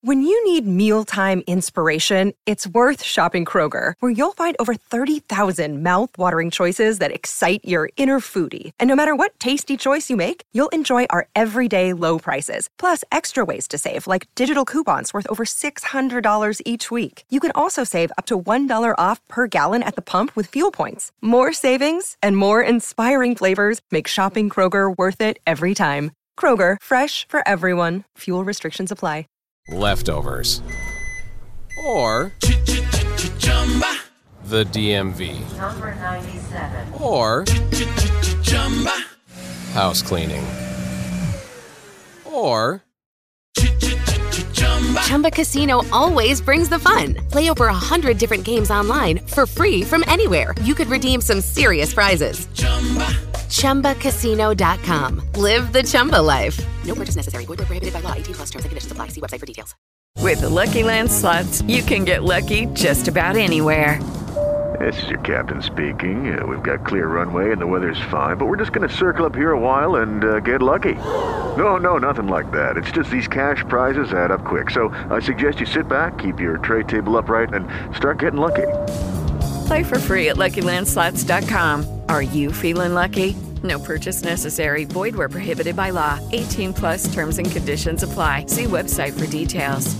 When you need mealtime inspiration, it's worth shopping Kroger, where you'll find over 30,000 mouth-watering choices that excite your inner foodie. And no matter what tasty choice you make, you'll enjoy our everyday low prices, plus extra ways to save, like digital coupons worth over $600 each week. You can also save up to $1 off per gallon at the pump with fuel points. More savings and more inspiring flavors make shopping Kroger worth it every time. Kroger, fresh for everyone. Fuel restrictions apply. Leftovers, or the DMV, Number 97, or house cleaning, or Chumba Casino always brings the fun. Play over 100 different games online for free from anywhere. You could redeem some serious prizes. ChumbaCasino.com. Live the Chumba life. No purchase necessary. Void where prohibited by law. 18+ terms and conditions apply. See website for details. With the Lucky Land Slots, you can get lucky just about anywhere. This is your captain speaking. We've got clear runway and the weather's fine, but we're just going to circle up here a while and get lucky. No, nothing like that. It's just these cash prizes add up quick. So I suggest you sit back, keep your tray table upright, and start getting lucky. Play for free at LuckyLandSlots.com. Are you feeling lucky? No purchase necessary. Void where prohibited by law. 18+ terms and conditions apply. See website for details.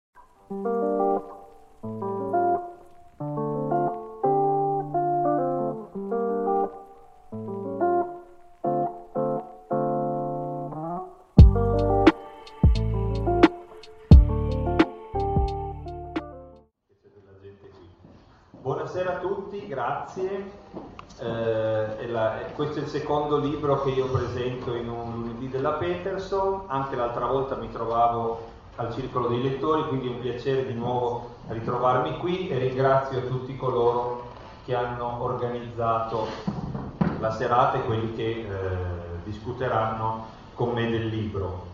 Buonasera a tutti, grazie. Questo è il secondo libro che io presento in un lunedì della Peterson. Anche l'altra volta mi trovavo al Circolo dei Lettori, quindi è un piacere di nuovo ritrovarmi qui e ringrazio tutti coloro che hanno organizzato la serata e quelli che discuteranno con me del libro.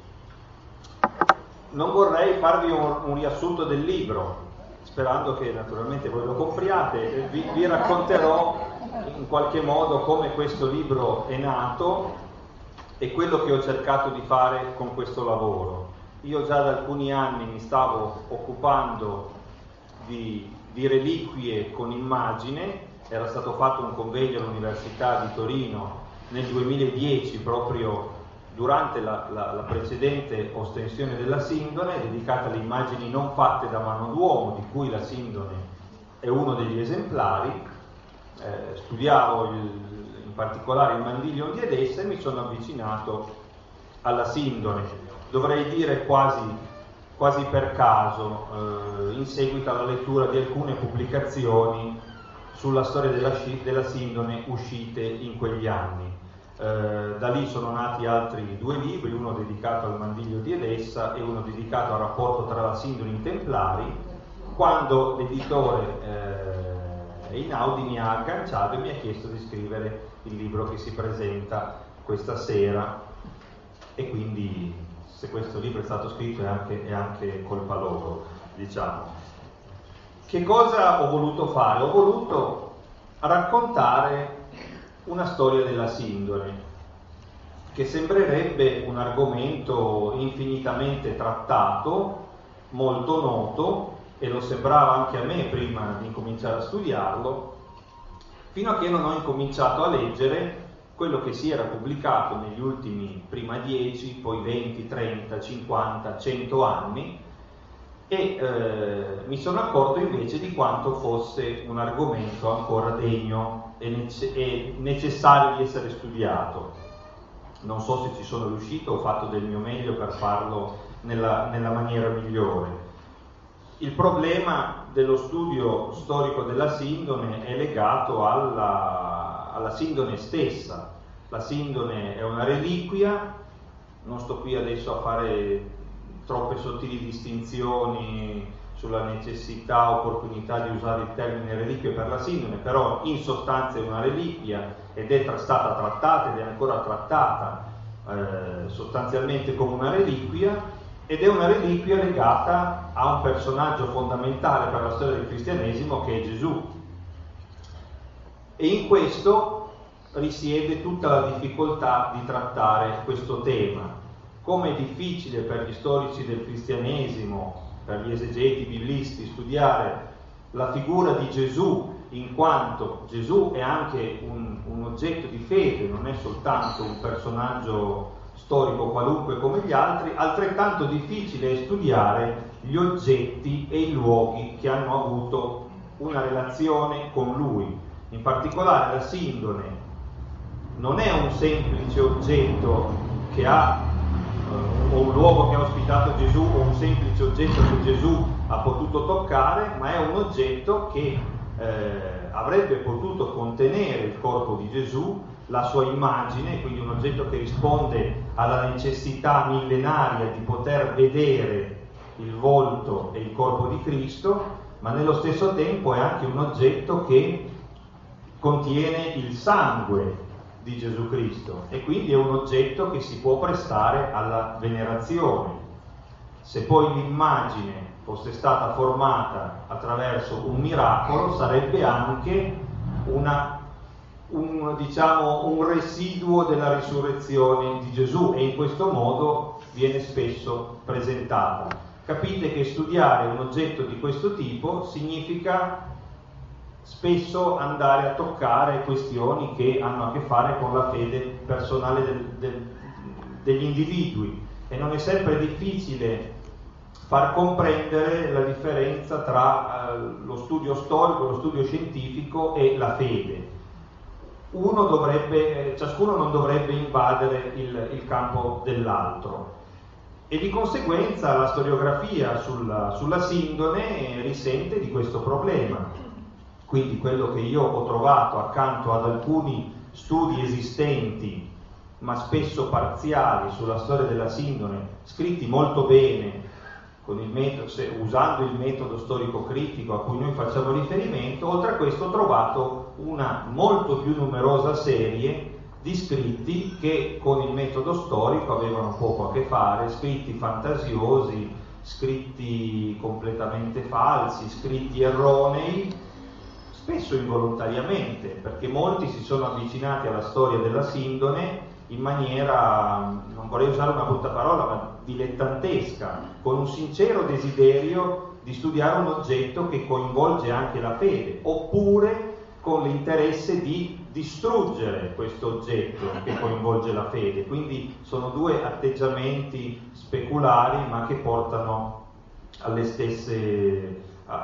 Non vorrei farvi un riassunto del libro, sperando che naturalmente voi lo compriate. Vi racconterò in qualche modo come questo libro è nato e quello che ho cercato di fare con questo lavoro. Io già da alcuni anni mi stavo occupando di reliquie con immagine. Era stato fatto un convegno all'Università di Torino nel 2010, proprio durante la precedente ostensione della Sindone, dedicata alle immagini non fatte da mano d'uomo, di cui la Sindone è uno degli esemplari. Studiavo in particolare il Mandiglion di Edessa e mi sono avvicinato alla Sindone, dovrei dire quasi per caso, in seguito alla lettura di alcune pubblicazioni sulla storia della Sindone uscite in quegli anni. Da lì sono nati altri due libri, uno dedicato al Mandiglio di Edessa e uno dedicato al rapporto tra la Sindone e i Templari, quando l'editore Einaudi mi ha agganciato e mi ha chiesto di scrivere il libro che si presenta questa sera, e quindi se questo libro è stato scritto è anche colpa loro, diciamo. Che cosa ho voluto fare? Ho voluto raccontare una storia della Sindone, che sembrerebbe un argomento infinitamente trattato, molto noto, e lo sembrava anche a me prima di incominciare a studiarlo, fino a che non ho incominciato a leggere quello che si era pubblicato negli ultimi prima 10, poi 20, 30, 50, 100 anni, e mi sono accorto invece di quanto fosse un argomento ancora degno e necessario di essere studiato. Non so se ci sono riuscito, ho fatto del mio meglio per farlo nella maniera migliore. Il problema dello studio storico della Sindone è legato alla Sindone stessa. La Sindone è una reliquia, non sto qui adesso a fare troppe sottili distinzioni sulla necessità, opportunità di usare il termine reliquia per la Sindone, però in sostanza è una reliquia ed è stata trattata ed è ancora trattata sostanzialmente come una reliquia, ed è una reliquia legata a un personaggio fondamentale per la storia del cristianesimo che è Gesù. E in questo risiede tutta la difficoltà di trattare questo tema. Come è difficile per gli storici del cristianesimo per gli esegeti biblisti studiare la figura di Gesù, in quanto Gesù è anche un oggetto di fede, non è soltanto un personaggio storico qualunque come gli altri, altrettanto difficile è studiare gli oggetti e i luoghi che hanno avuto una relazione con lui. In particolare la sindone non è un semplice oggetto che ha o un luogo che ha ospitato Gesù o un semplice oggetto che Gesù ha potuto toccare, ma è un oggetto che avrebbe potuto contenere il corpo di Gesù, la sua immagine, quindi un oggetto che risponde alla necessità millenaria di poter vedere il volto e il corpo di Cristo, ma nello stesso tempo è anche un oggetto che contiene il sangue di Gesù Cristo e quindi è un oggetto che si può prestare alla venerazione. Se poi l'immagine fosse stata formata attraverso un miracolo, sarebbe anche un residuo della risurrezione di Gesù, e in questo modo viene spesso presentata. Capite che studiare un oggetto di questo tipo significa spesso andare a toccare questioni che hanno a che fare con la fede personale degli individui, e non è sempre difficile far comprendere la differenza tra lo studio storico, lo studio scientifico e la fede. Ciascuno non dovrebbe invadere il campo dell'altro, e di conseguenza la storiografia sulla sindone risente di questo problema. Quindi quello che io ho trovato accanto ad alcuni studi esistenti, ma spesso parziali, sulla storia della sindone, scritti molto bene, usando il metodo storico-critico a cui noi facciamo riferimento, oltre a questo ho trovato una molto più numerosa serie di scritti che con il metodo storico avevano poco a che fare, scritti fantasiosi, scritti completamente falsi, scritti erronei, spesso involontariamente, perché molti si sono avvicinati alla storia della sindone in maniera, non vorrei usare una brutta parola, ma dilettantesca, con un sincero desiderio di studiare un oggetto che coinvolge anche la fede, oppure con l'interesse di distruggere questo oggetto che coinvolge la fede. Quindi sono due atteggiamenti speculari, ma che portano alle stesse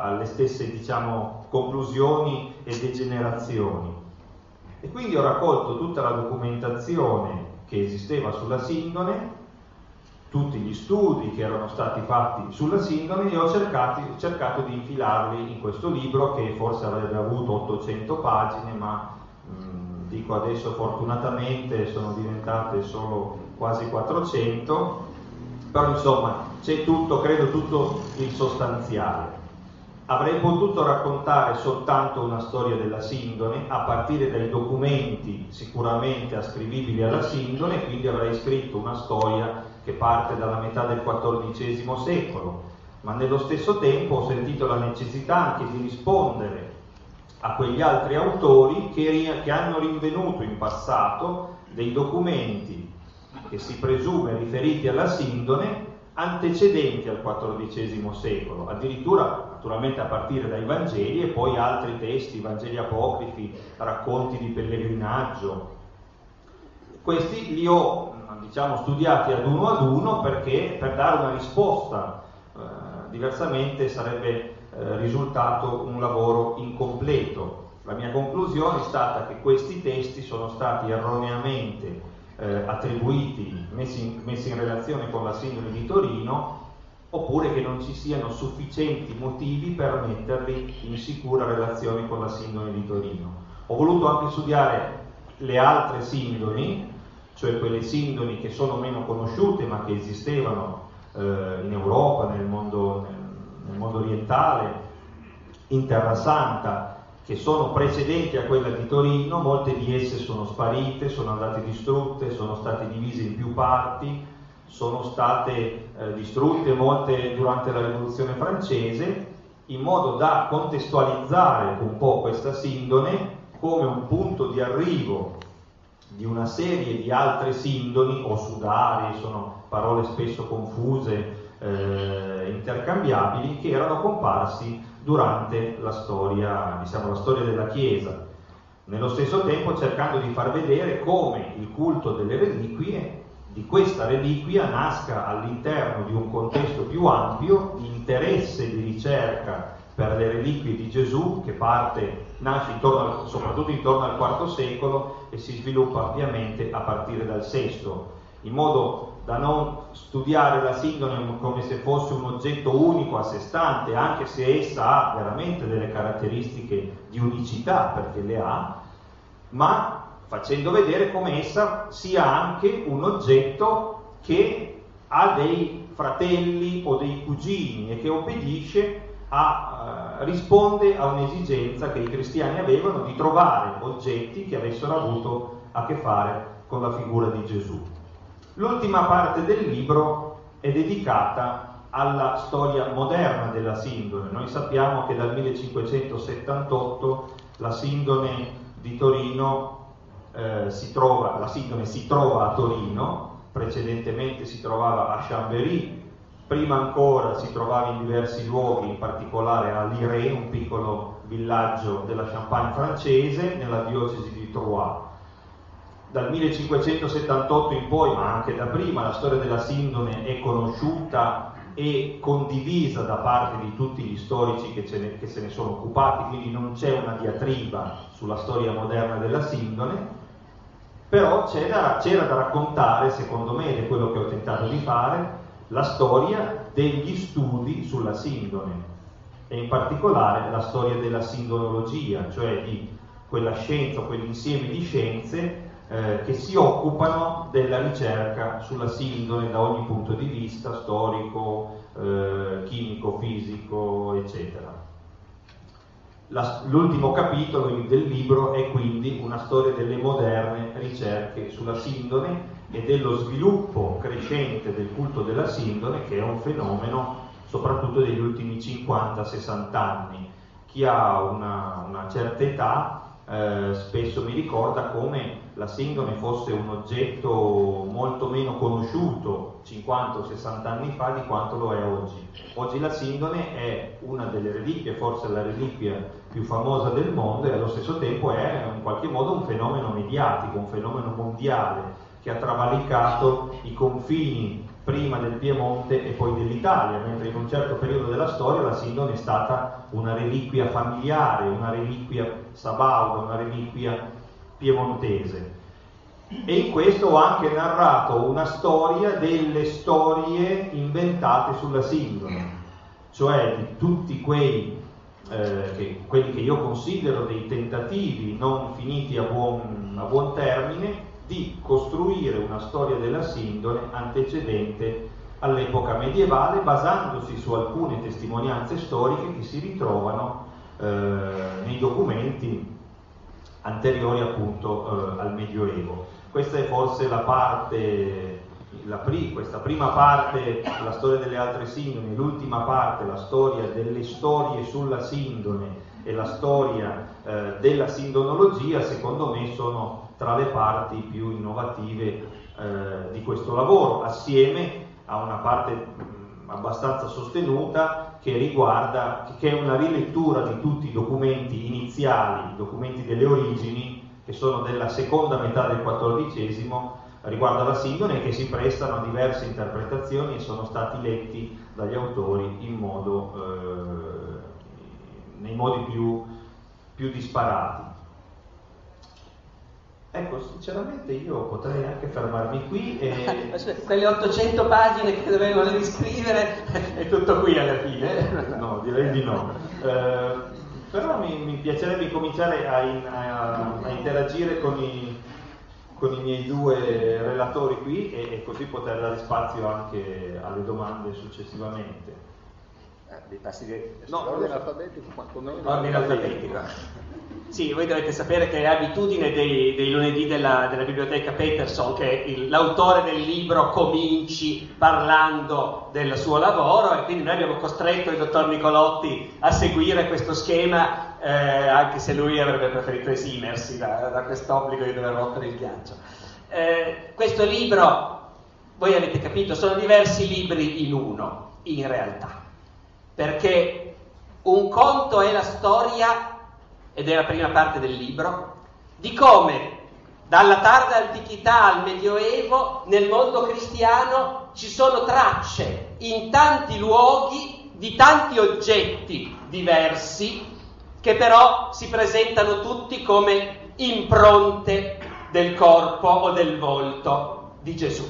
conclusioni e degenerazioni. E quindi ho raccolto tutta la documentazione che esisteva sulla sindone, tutti gli studi che erano stati fatti sulla sindone, e ho cercato di infilarli in questo libro, che forse avrebbe avuto 800 pagine, ma dico adesso fortunatamente sono diventate solo quasi 400, però insomma c'è tutto, credo tutto il sostanziale. Avrei potuto raccontare soltanto una storia della sindone a partire dai documenti sicuramente ascrivibili alla sindone, quindi avrei scritto una storia che parte dalla metà del XIV secolo, ma nello stesso tempo ho sentito la necessità anche di rispondere a quegli altri autori che hanno rinvenuto in passato dei documenti che si presume riferiti alla sindone antecedenti al XIV secolo, addirittura naturalmente a partire dai Vangeli e poi altri testi, Vangeli apocrifi, racconti di pellegrinaggio. Questi li ho studiati ad uno perché per dare una risposta, diversamente sarebbe risultato un lavoro incompleto. La mia conclusione è stata che questi testi sono stati erroneamente attribuiti, messi in relazione con la sindone di Torino, oppure che non ci siano sufficienti motivi per metterli in sicura relazione con la sindone di Torino. Ho voluto anche studiare le altre sindoni, cioè quelle sindoni che sono meno conosciute ma che esistevano in Europa, nel mondo orientale, in Terra Santa, che sono precedenti a quella di Torino. Molte di esse sono sparite, sono andate distrutte, sono state divise in più parti, sono state distrutte molte durante la Rivoluzione francese, in modo da contestualizzare un po' questa sindone come un punto di arrivo di una serie di altre sindoni o sudari, sono parole spesso confuse, intercambiabili che erano comparsi durante la storia, diciamo, la storia della Chiesa. Nello stesso tempo cercando di far vedere come il culto delle reliquie, di questa reliquia, nasca all'interno di un contesto più ampio di interesse di ricerca per le reliquie di Gesù, che nasce soprattutto intorno al IV secolo e si sviluppa ampiamente a partire dal VI, in modo da non studiare la sindone come se fosse un oggetto unico a sé stante, anche se essa ha veramente delle caratteristiche di unicità, perché le ha, ma facendo vedere come essa sia anche un oggetto che ha dei fratelli o dei cugini e che obbedisce risponde a un'esigenza che i cristiani avevano di trovare oggetti che avessero avuto a che fare con la figura di Gesù. L'ultima parte del libro è dedicata alla storia moderna della sindone. Noi sappiamo che dal 1578 la sindone di Torino la sindone si trova a Torino, precedentemente si trovava a Chambéry, prima ancora si trovava in diversi luoghi, in particolare a Liré, un piccolo villaggio della Champagne francese, nella diocesi di Troyes. Dal 1578 in poi, ma anche da prima, la storia della sindone è conosciuta e condivisa da parte di tutti gli storici che se ne sono occupati, quindi non c'è una diatriba sulla storia moderna della sindone, però c'era da raccontare, secondo me, ed è quello che ho tentato di fare, la storia degli studi sulla sindone e in particolare la storia della sindonologia, cioè di quella scienza, quell'insieme di scienze che si occupano della ricerca sulla sindone da ogni punto di vista, storico, chimico, fisico, eccetera. L'ultimo capitolo del libro è quindi una storia delle moderne ricerche sulla sindone e dello sviluppo crescente del culto della sindone, che è un fenomeno soprattutto degli ultimi 50-60 anni. Chi ha una certa età spesso mi ricorda come la sindone fosse un oggetto molto meno conosciuto 50 o 60 anni fa di quanto lo è oggi. Oggi la sindone è una delle reliquie, forse la reliquia più famosa del mondo, e allo stesso tempo è in qualche modo un fenomeno mediatico, un fenomeno mondiale che ha travalicato i confini prima del Piemonte e poi dell'Italia, mentre in un certo periodo della storia la sindone è stata una reliquia familiare, una reliquia sabauda, una reliquia piemontese. E in questo ho anche narrato una storia delle storie inventate sulla sindone, cioè di tutti quelli che io considero dei tentativi non finiti a buon termine di costruire una storia della sindone antecedente all'epoca medievale, basandosi su alcune testimonianze storiche che si ritrovano nei documenti anteriori appunto al Medioevo. Questa è forse questa prima parte, la storia delle altre sindoni, l'ultima parte, la storia delle storie sulla sindone e la storia della sindonologia, secondo me sono tra le parti più innovative di questo lavoro, assieme a una parte abbastanza sostenuta che è una rilettura di tutti i documenti iniziali, i documenti delle origini, che sono della seconda metà del XIV riguardo alla sindone, che si prestano a diverse interpretazioni e sono stati letti dagli autori nei modi più disparati. Ecco, sinceramente io potrei anche fermarmi qui e... Quelle 800 pagine che dovevano riscrivere è tutto qui alla fine? No, direi di no. Però mi piacerebbe cominciare a interagire con i miei due relatori qui e così poter dare spazio anche alle domande successivamente. Ordine alfabetico, ordine alfabetico. Sì, voi dovete sapere che è abitudine dei lunedì della biblioteca Peterson che l'autore del libro cominci parlando del suo lavoro, e quindi noi abbiamo costretto il dottor Nicolotti a seguire questo schema, anche se lui avrebbe preferito esimersi da quest'obbligo di dover rompere il ghiaccio. Questo libro, voi avete capito, sono diversi libri in uno. in realtà, perché un conto è la storia, ed è la prima parte del libro, di come dalla tarda antichità al Medioevo nel mondo cristiano ci sono tracce in tanti luoghi di tanti oggetti diversi che però si presentano tutti come impronte del corpo o del volto di Gesù.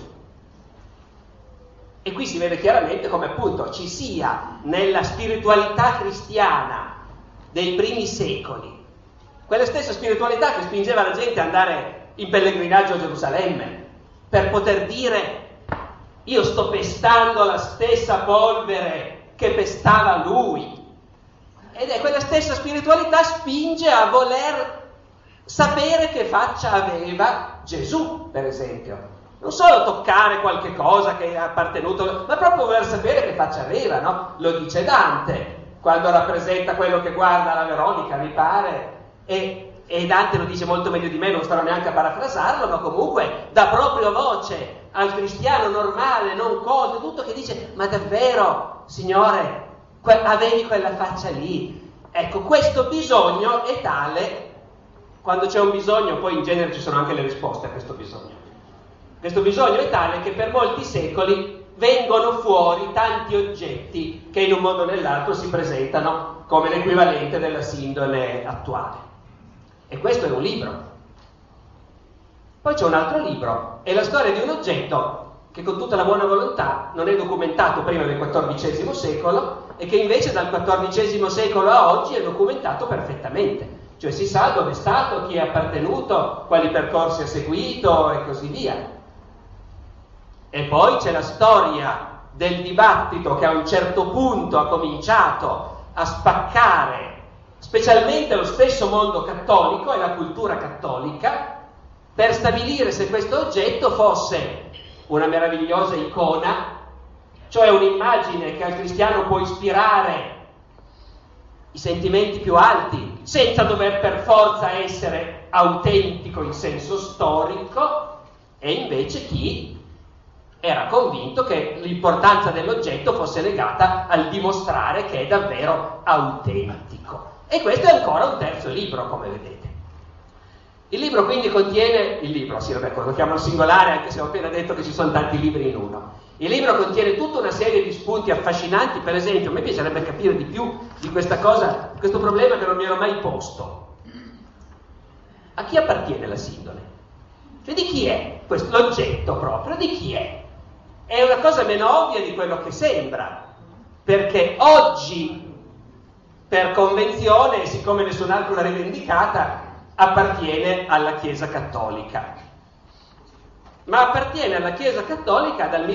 E qui si vede chiaramente come appunto ci sia nella spiritualità cristiana dei primi secoli quella stessa spiritualità che spingeva la gente ad andare in pellegrinaggio a Gerusalemme per poter dire: io sto pestando la stessa polvere che pestava lui. Ed è quella stessa spiritualità spinge a voler sapere che faccia aveva Gesù, per esempio. Non solo toccare qualche cosa che è appartenuto, ma proprio voler sapere che faccia aveva, no? Lo dice Dante quando rappresenta quello che guarda la Veronica, mi pare, e Dante lo dice molto meglio di me, non starò neanche a parafrasarlo, ma comunque dà proprio voce al cristiano normale, non colto, tutto, che dice: ma davvero, Signore, avevi quella faccia lì? Ecco, questo bisogno è tale. Quando c'è un bisogno, poi in genere ci sono anche le risposte a questo bisogno. Questo bisogno è tale che per molti secoli vengono fuori tanti oggetti che in un modo o nell'altro si presentano come l'equivalente della sindone attuale. E questo è un libro. Poi c'è un altro libro, è la storia di un oggetto che con tutta la buona volontà non è documentato prima del XIV secolo e che invece dal XIV secolo a oggi è documentato perfettamente. Cioè si sa dove è stato, chi è appartenuto, quali percorsi ha seguito e così via. E poi c'è la storia del dibattito che a un certo punto ha cominciato a spaccare specialmente lo stesso mondo cattolico e la cultura cattolica per stabilire se questo oggetto fosse una meravigliosa icona, cioè un'immagine che al cristiano può ispirare i sentimenti più alti senza dover per forza essere autentico in senso storico, e invece chi era convinto che l'importanza dell'oggetto fosse legata al dimostrare che è davvero autentico. E questo è ancora un terzo libro, come vedete. Il libro quindi contiene, lo chiamo singolare anche se ho appena detto che ci sono tanti libri in uno. Il libro contiene tutta una serie di spunti affascinanti. Per esempio, a me piacerebbe capire di più di questa cosa, questo problema che non mi ero mai posto. A chi appartiene la sindone? Cioè di chi è l'oggetto proprio? Di chi è? È una cosa meno ovvia di quello che sembra, perché oggi, per convenzione, siccome nessun altro l'ha rivendicata, appartiene alla Chiesa Cattolica. Ma appartiene alla Chiesa Cattolica dal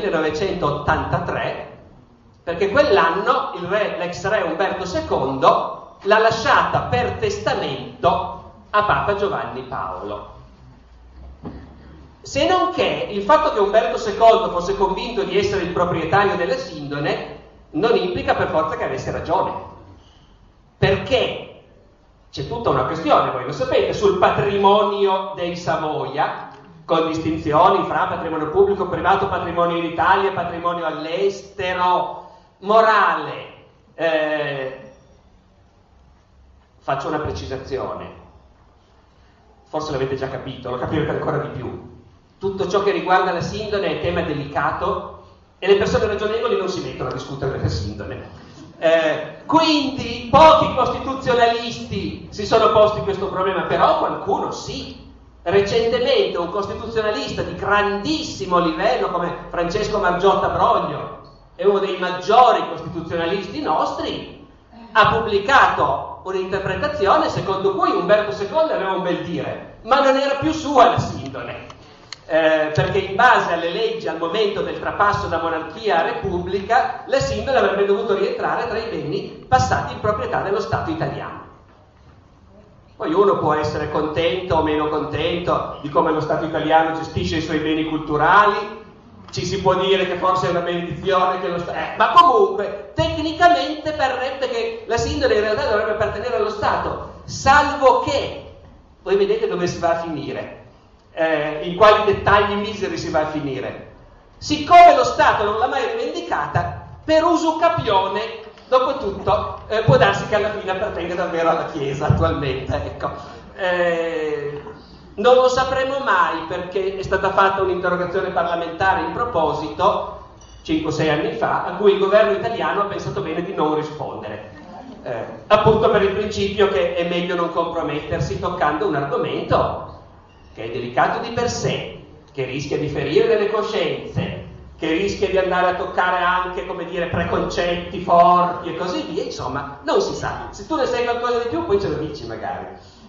1983, perché quell'anno l'ex re Umberto II l'ha lasciata per testamento a Papa Giovanni Paolo. Se non che il fatto che Umberto II fosse convinto di essere il proprietario della sindone non implica per forza che avesse ragione, perché c'è tutta una questione, voi lo sapete, sul patrimonio dei Savoia, con distinzioni fra patrimonio pubblico, privato, patrimonio in Italia, patrimonio all'estero, morale. Faccio una precisazione, forse l'avete già capito, lo capirete ancora di più. Tutto ciò che riguarda la sindone è tema delicato e le persone ragionevoli non si mettono a discutere della sindone. Quindi pochi costituzionalisti si sono posti questo problema, però qualcuno sì. Recentemente un costituzionalista di grandissimo livello come Francesco Margiotta Broglio, è uno dei maggiori costituzionalisti nostri, ha pubblicato un'interpretazione secondo cui Umberto II aveva un bel dire, ma non era più sua la sindone. Perché in base alle leggi al momento del trapasso da monarchia a repubblica la sindone avrebbe dovuto rientrare tra i beni passati in proprietà dello Stato italiano. Poi uno può essere contento o meno contento di come lo Stato italiano gestisce i suoi beni culturali, ci si può dire che forse è una benedizione che lo Stato... ma comunque tecnicamente parrebbe che la sindone in realtà dovrebbe appartenere allo Stato, salvo che voi vedete dove si va a finire. In quali dettagli miseri si va a finire. Siccome lo Stato non l'ha mai rivendicata, per usucapione, dopo tutto, può darsi che alla fine appartenga davvero alla Chiesa attualmente, ecco. Non lo sapremo mai perché è stata fatta un'interrogazione parlamentare in proposito 5-6 anni fa, a cui il governo italiano ha pensato bene di non rispondere, appunto per il principio che è meglio non compromettersi toccando un argomento che è delicato di per sé, che rischia di ferire delle coscienze, che rischia di andare a toccare anche, come dire, preconcetti forti e così via. Insomma, non si sa. Se tu ne sai qualcosa di più, poi ce lo dici magari.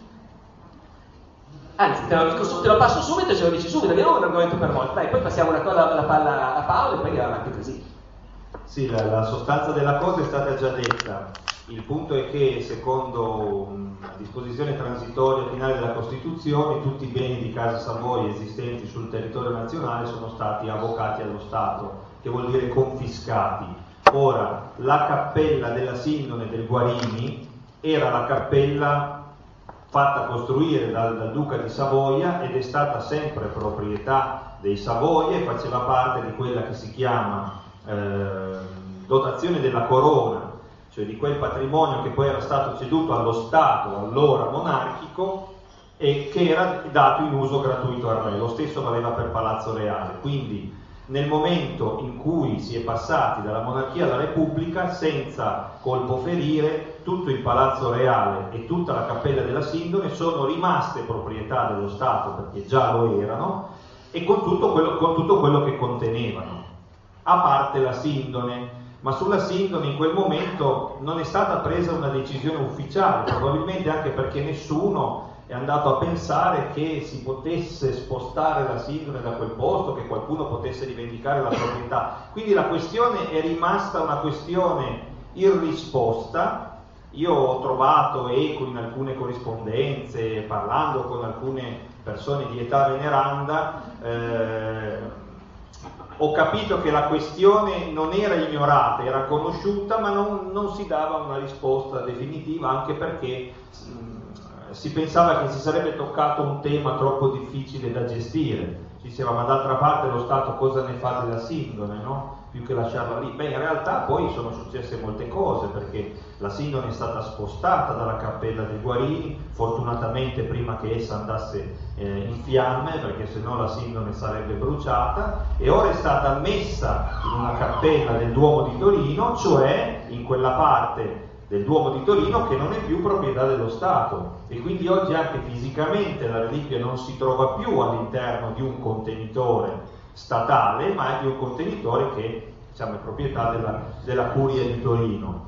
Anzi, te lo passo subito e ce lo dici subito, vediamo un argomento per volta. Dai, poi passiamo la palla a Paolo e poi andiamo avanti così. Sì, la sostanza della cosa è stata già detta. Il punto è che, secondo una disposizione transitoria finale della Costituzione, tutti i beni di Casa Savoia esistenti sul territorio nazionale sono stati avocati allo Stato, che vuol dire confiscati. Ora, la cappella della Sindone del Guarini era la cappella fatta costruire dal Duca di Savoia ed è stata sempre proprietà dei Savoia e faceva parte di quella che si chiama dotazione della corona, cioè di quel patrimonio che poi era stato ceduto allo Stato, allora monarchico, e che era dato in uso gratuito al re. Lo stesso valeva per Palazzo Reale. Quindi nel momento in cui si è passati dalla monarchia alla repubblica, senza colpo ferire, tutto il Palazzo Reale e tutta la Cappella della Sindone sono rimaste proprietà dello Stato, perché già lo erano, e con tutto quello che contenevano, a parte la Sindone. Ma sulla Sindone in quel momento non è stata presa una decisione ufficiale, probabilmente anche perché nessuno è andato a pensare che si potesse spostare la Sindone da quel posto, che qualcuno potesse rivendicare la proprietà. Quindi la questione è rimasta una questione irrisposta. Io ho trovato eco in alcune corrispondenze, parlando con alcune persone di età veneranda, ho capito che la questione non era ignorata, era conosciuta, ma non si dava una risposta definitiva, anche perché si pensava che si sarebbe toccato un tema troppo difficile da gestire. Ci diceva, ma d'altra parte lo Stato cosa ne fa della Sindone, no? Più che lasciarla lì. Beh, in realtà poi sono successe molte cose, perché la Sindone è stata spostata dalla Cappella dei Guarini, fortunatamente prima che essa andasse in fiamme, perché sennò la Sindone sarebbe bruciata, e ora è stata messa in una cappella del Duomo di Torino, cioè in quella parte del Duomo di Torino che non è più proprietà dello Stato, e quindi oggi anche fisicamente la reliquia non si trova più all'interno di un contenitore statale, ma è di un contenitore che, diciamo, è proprietà della Curia di Torino.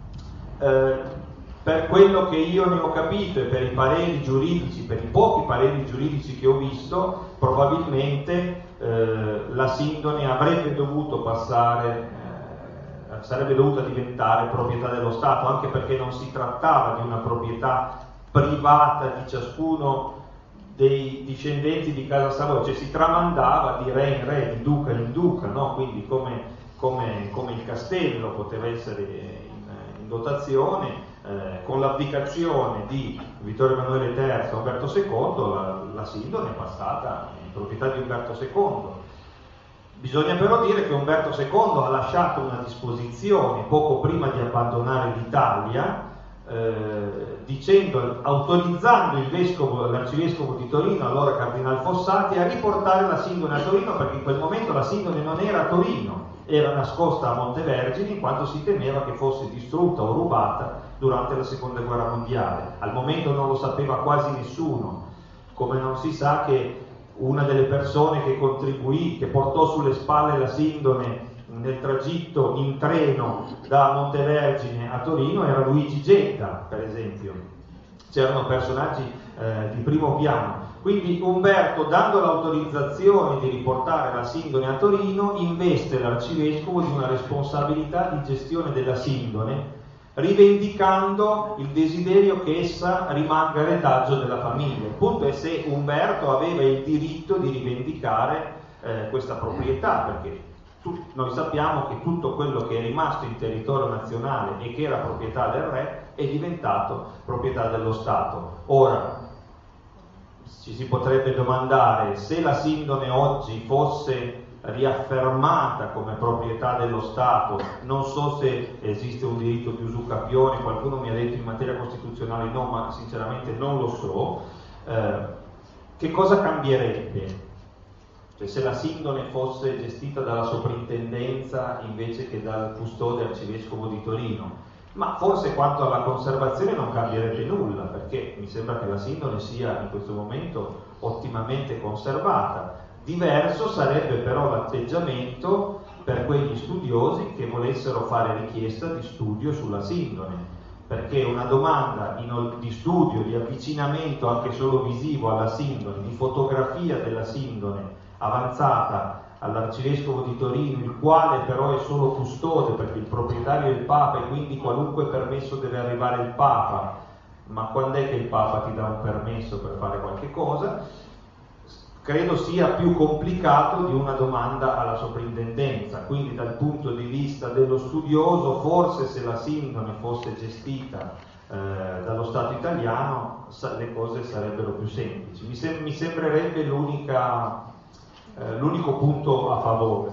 Per quello che io ne ho capito e per i pareri giuridici, per i pochi pareri giuridici che ho visto, probabilmente la Sindone avrebbe dovuto sarebbe dovuta diventare proprietà dello Stato, anche perché non si trattava di una proprietà privata di ciascuno dei discendenti di Casa Savoia, cioè si tramandava di re in re, di duca in duca, no? Quindi come il castello poteva essere in dotazione, con l'abdicazione di Vittorio Emanuele III a Umberto II, la Sindone è passata in proprietà di Umberto II. Bisogna però dire che Umberto II ha lasciato una disposizione poco prima di abbandonare l'Italia, autorizzando l'arcivescovo di Torino, allora Cardinal Fossati, a riportare la Sindone a Torino, perché in quel momento la Sindone non era a Torino, era nascosta a Montevergine, in quanto si temeva che fosse distrutta o rubata durante la Seconda Guerra Mondiale. Al momento non lo sapeva quasi nessuno, come non si sa che una delle persone che contribuì, che portò sulle spalle la Sindone nel tragitto in treno da Montevergine a Torino era Luigi Getta, per esempio. C'erano personaggi di primo piano. Quindi Umberto, dando l'autorizzazione di riportare la Sindone a Torino, investe l'arcivescovo di una responsabilità di gestione della Sindone, rivendicando il desiderio che essa rimanga retaggio della famiglia. Il punto è se Umberto aveva il diritto di rivendicare questa proprietà, perché noi sappiamo che tutto quello che è rimasto in territorio nazionale e che era proprietà del re è diventato proprietà dello Stato. Ora, ci si potrebbe domandare se la Sindone oggi fosse riaffermata come proprietà dello Stato. Non so se esiste un diritto di usucapione, qualcuno mi ha detto in materia costituzionale no, ma sinceramente non lo so. Che cosa cambierebbe? Cioè, se la sindone fosse gestita dalla soprintendenza invece che dal custode arcivescovo di Torino? Ma forse quanto alla conservazione non cambierebbe nulla, perché mi sembra che la sindone sia in questo momento ottimamente conservata. Diverso sarebbe però l'atteggiamento per quegli studiosi che volessero fare richiesta di studio sulla sindone, perché una domanda di studio, di avvicinamento anche solo visivo alla sindone, di fotografia della sindone avanzata all'arcivescovo di Torino, il quale però è solo custode perché il proprietario è il Papa e quindi qualunque permesso deve arrivare il Papa, ma quando è che il Papa ti dà un permesso per fare qualche cosa? Credo sia più complicato di una domanda alla soprintendenza. Quindi dal punto di vista dello studioso, forse se la sindone fosse gestita dallo Stato italiano le cose sarebbero più semplici. Mi sembrerebbe l'unico punto a favore.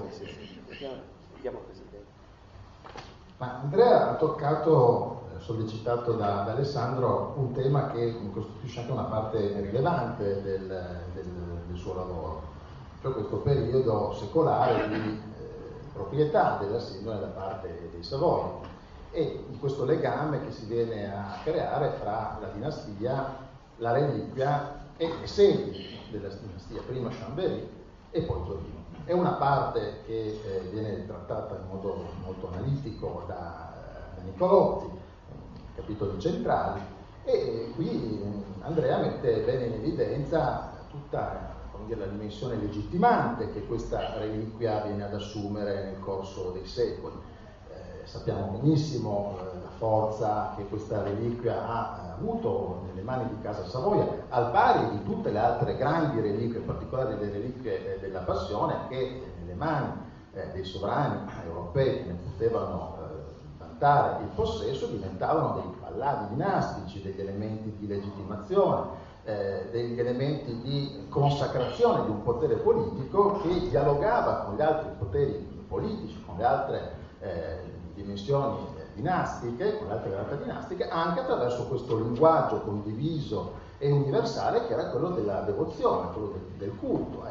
Ma Andrea ha toccato, sollecitato da Alessandro, un tema che costituisce anche una parte rilevante del suo lavoro, cioè questo periodo secolare di proprietà della sindone da parte dei Savoia e di questo legame che si viene a creare fra la dinastia, la reliquia e le sedi della dinastia, prima Chambéry e poi Torino. È una parte che viene trattata in modo molto analitico da Nicolotti, capitoli centrali, e qui Andrea mette bene in evidenza tutta la dimensione legittimante che questa reliquia viene ad assumere nel corso dei secoli. Sappiamo benissimo la forza che questa reliquia ha avuto nelle mani di Casa Savoia, al pari di tutte le altre grandi reliquie, in particolare le reliquie della Passione, che nelle mani dei sovrani europei che ne potevano vantare il possesso diventavano dei pallavi dinastici, degli elementi di legittimazione, degli elementi di consacrazione di un potere politico che dialogava con gli altri poteri politici, con le altre dimensioni dinastiche, con le altre realtà dinastiche, anche attraverso questo linguaggio condiviso e universale che era quello della devozione, quello del culto.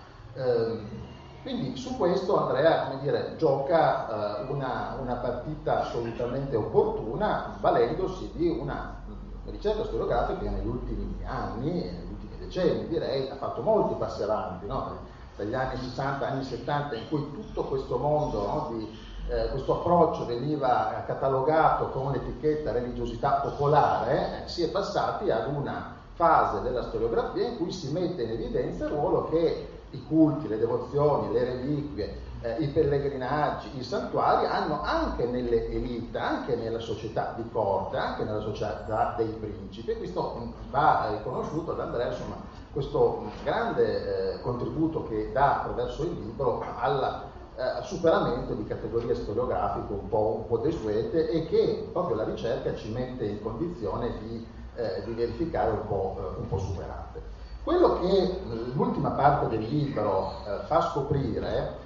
Quindi su questo Andrea, come dire, gioca una partita assolutamente opportuna, valendosi di una ricerca storiografica che negli ultimi anni, negli ultimi decenni direi, ha fatto molti passi avanti, no? Dagli anni 60, anni 70, in cui tutto questo mondo, no, questo approccio veniva catalogato con l'etichetta religiosità popolare, si è passati ad una fase della storiografia in cui si mette in evidenza il ruolo che i culti, le devozioni, le reliquie, i pellegrinaggi, i santuari hanno anche nelle elite, anche nella società di corte, anche nella società dei principi, e questo va riconosciuto da Andrea, insomma, questo grande contributo che dà attraverso il libro al superamento di categorie storiografiche un po' desuete e che proprio la ricerca ci mette in condizione di verificare un po' superate. Quello che l'ultima parte del libro fa scoprire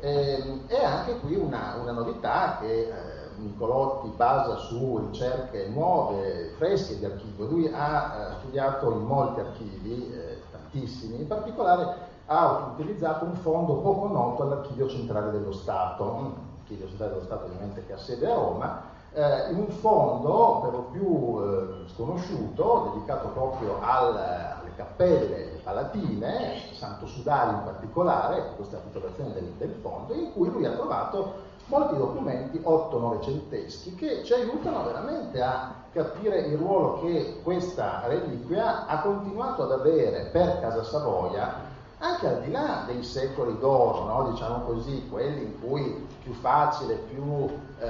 è anche qui una novità che Nicolotti basa su ricerche nuove, fresche di archivio. Lui ha studiato in molti archivi, tantissimi, in particolare ha utilizzato un fondo poco noto all'Archivio Centrale dello Stato, l'Archivio Centrale dello Stato ovviamente che ha sede a Roma, in un fondo per lo più sconosciuto, dedicato proprio alle cappelle palatine, Santo Sudario in particolare, questa è la titolazione del fondo, in cui lui ha trovato molti documenti 8-900eschi che ci aiutano veramente a capire il ruolo che questa reliquia ha continuato ad avere per Casa Savoia, anche al di là dei secoli d'oro, no? Diciamo così, quelli in cui più facile, più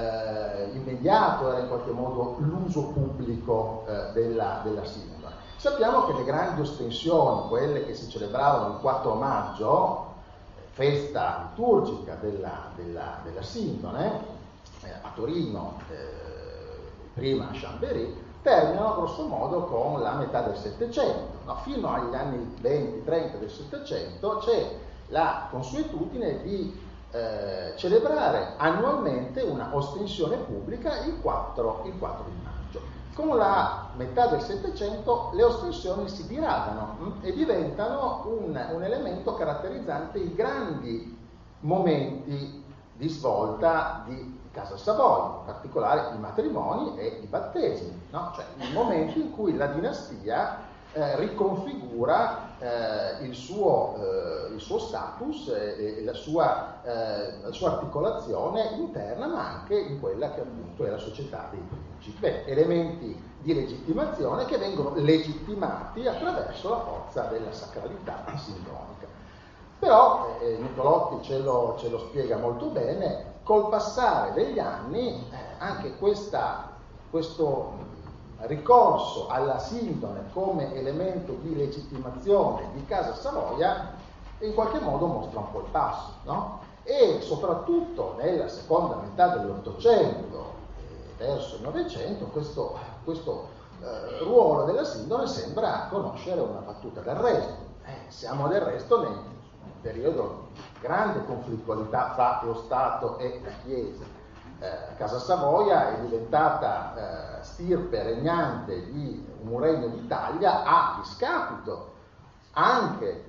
immediato era in qualche modo l'uso pubblico della sindone. Sappiamo che le grandi ostensioni, quelle che si celebravano il 4 maggio, festa liturgica della sindone, a Torino, prima a Chambéry, terminano grosso modo con la metà del Settecento. No? Fino agli anni 20-30 del Settecento c'è la consuetudine di celebrare annualmente una ostensione pubblica il 4 di maggio. Con la metà del Settecento le ostensioni si diradano e diventano un elemento caratterizzante i grandi momenti di svolta di Casa Savoia, in particolare i matrimoni e i battesimi, no? Cioè i momenti in cui la dinastia riconfigura il suo status e la sua articolazione interna, ma anche in quella che appunto è la società dei principi. Elementi di legittimazione che vengono legittimati attraverso la forza della sacralità sindonica. Però Nicolotti ce lo spiega molto bene, col passare degli anni anche questo ricorso alla sindone come elemento di legittimazione di Casa Savoia in qualche modo mostra un po' il passo, no? E soprattutto nella seconda metà dell'Ottocento verso il Novecento questo ruolo della sindone sembra conoscere una battuta d'arresto. Siamo del resto nel periodo di grande conflittualità fra lo Stato e la Chiesa. Casa Savoia è diventata stirpe regnante di un regno d'Italia a discapito anche